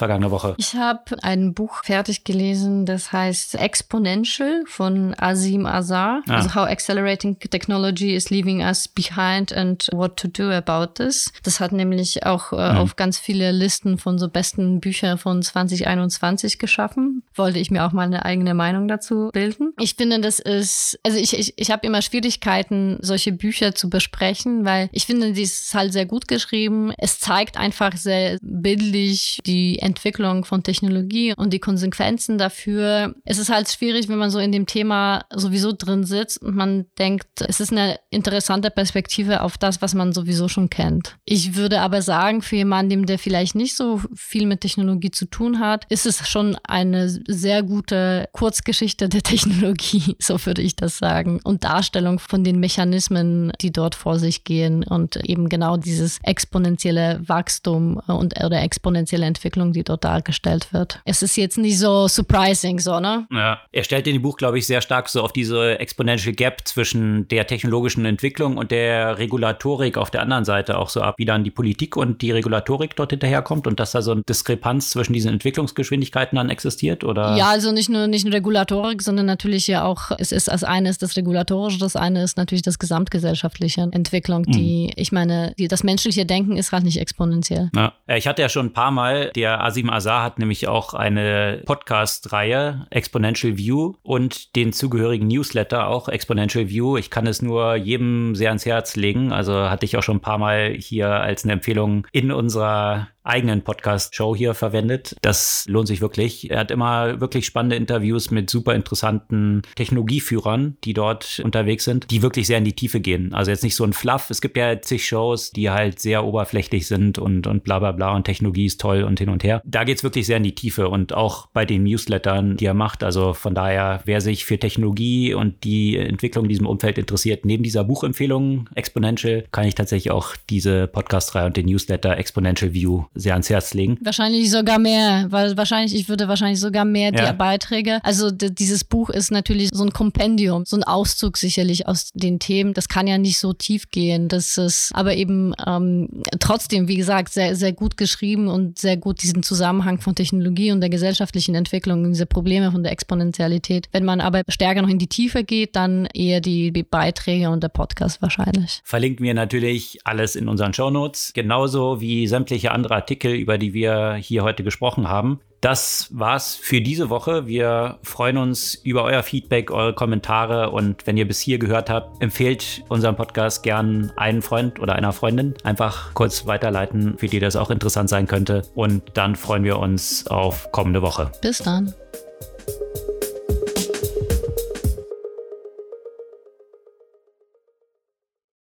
vergangene Woche? Ich habe ein Buch fertig gelesen, das heißt Exponential von Azeem Azhar. Ah. Also How Accelerating Technology is Leaving Us Behind and What to Do About This. Das hat nämlich auch äh, mhm. auf ganz viele Listen von so besten Büchern von zwanzig einundzwanzig geschaffen. Wollte ich mir auch mal eine eigene Meinung dazu bilden. Ich finde, das ist, also ich, ich, ich habe immer Schwierigkeiten, solche Bücher zu besprechen, weil ich finde, die ist halt sehr gut geschrieben. Es zeigt einfach sehr bildlich die Entwicklung von Technologie und die Konsequenzen dafür. Es ist halt schwierig, wenn man so in dem Thema sowieso drin sitzt und man denkt, es ist eine interessante Perspektive auf das, was man sowieso schon kennt. Ich würde aber sagen, für jemanden, der vielleicht nicht so viel mit Technologie zu tun hat, ist es schon eine sehr gute Kurzgeschichte der Technologie, so würde ich das sagen. Und Darstellung von den Mechanismen, die dort vor sich gehen und eben genau dieses exponentielle Wachstum und oder exponentielle Entwicklung, die dort dargestellt wird. Es ist jetzt nicht so surprising, so, ne? Ja, er stellt in dem Buch, glaube ich, sehr stark so auf diese Exponential Gap zwischen der technologischen Entwicklung und der Regulatorik auf der anderen Seite auch so ab, wie dann die Politik und die Regulatorik dort hinterherkommt und dass da so eine Diskrepanz zwischen diesen Entwicklungsgeschwindigkeiten dann existiert, oder? Ja, also nicht nur, nicht nur Regulatorik, sondern natürlich ja auch, es ist das eine ist das Regulatorische, das eine ist natürlich das gesamtgesellschaftliche Entwicklung, die, mhm. ich meine, die, das menschliche Denken ist halt nicht exponentiell. Ja. Ich hatte ja schon ein paar Mal, der Azeem Azhar hat nämlich auch eine Podcast-Reihe, Exponential View, und den zugehörigen Newsletter, auch Exponential View. Ich kann es nur jedem sehr ans Herz legen. Also hatte ich auch schon ein paar Mal hier als eine Empfehlung in unserer eigenen Podcast-Show hier verwendet. Das lohnt sich wirklich. Er hat immer wirklich spannende Interviews mit super interessanten Technologieführern, die dort unterwegs sind, die wirklich sehr in die Tiefe gehen. Also jetzt nicht so ein Fluff. Es gibt ja zig Shows, die halt sehr oberflächlich sind und, und bla bla bla und Technologie ist toll und hin und her. Da geht's wirklich sehr in die Tiefe und auch bei den Newslettern, die er macht. Also von daher, wer sich für Technologie und die Entwicklung in diesem Umfeld interessiert, neben dieser Buchempfehlung Exponential, kann ich tatsächlich auch diese Podcast-Reihe und den Newsletter Exponential View sehr ans Herz legen. Wahrscheinlich sogar mehr, weil wahrscheinlich, ich würde wahrscheinlich sogar mehr ja. die Beiträge. Also d- dieses Buch ist natürlich so ein Kompendium, so ein Auszug sicherlich aus den Themen. Das kann ja nicht so tief gehen. Das ist aber eben ähm, trotzdem, wie gesagt, sehr, sehr gut geschrieben und sehr gut diesen Zusammenhang von Technologie und der gesellschaftlichen Entwicklung, diese Probleme von der Exponentialität. Wenn man aber stärker noch in die Tiefe geht, dann eher die, die Beiträge und der Podcast wahrscheinlich. Verlinken wir natürlich alles in unseren Shownotes, genauso wie sämtliche andere Artikel, über die wir hier heute gesprochen haben. Das war's für diese Woche. Wir freuen uns über euer Feedback, eure Kommentare, und wenn ihr bis hier gehört habt, empfehlt unseren Podcast gern einen Freund oder einer Freundin. Einfach kurz weiterleiten, für die das auch interessant sein könnte, und dann freuen wir uns auf kommende Woche. Bis dann.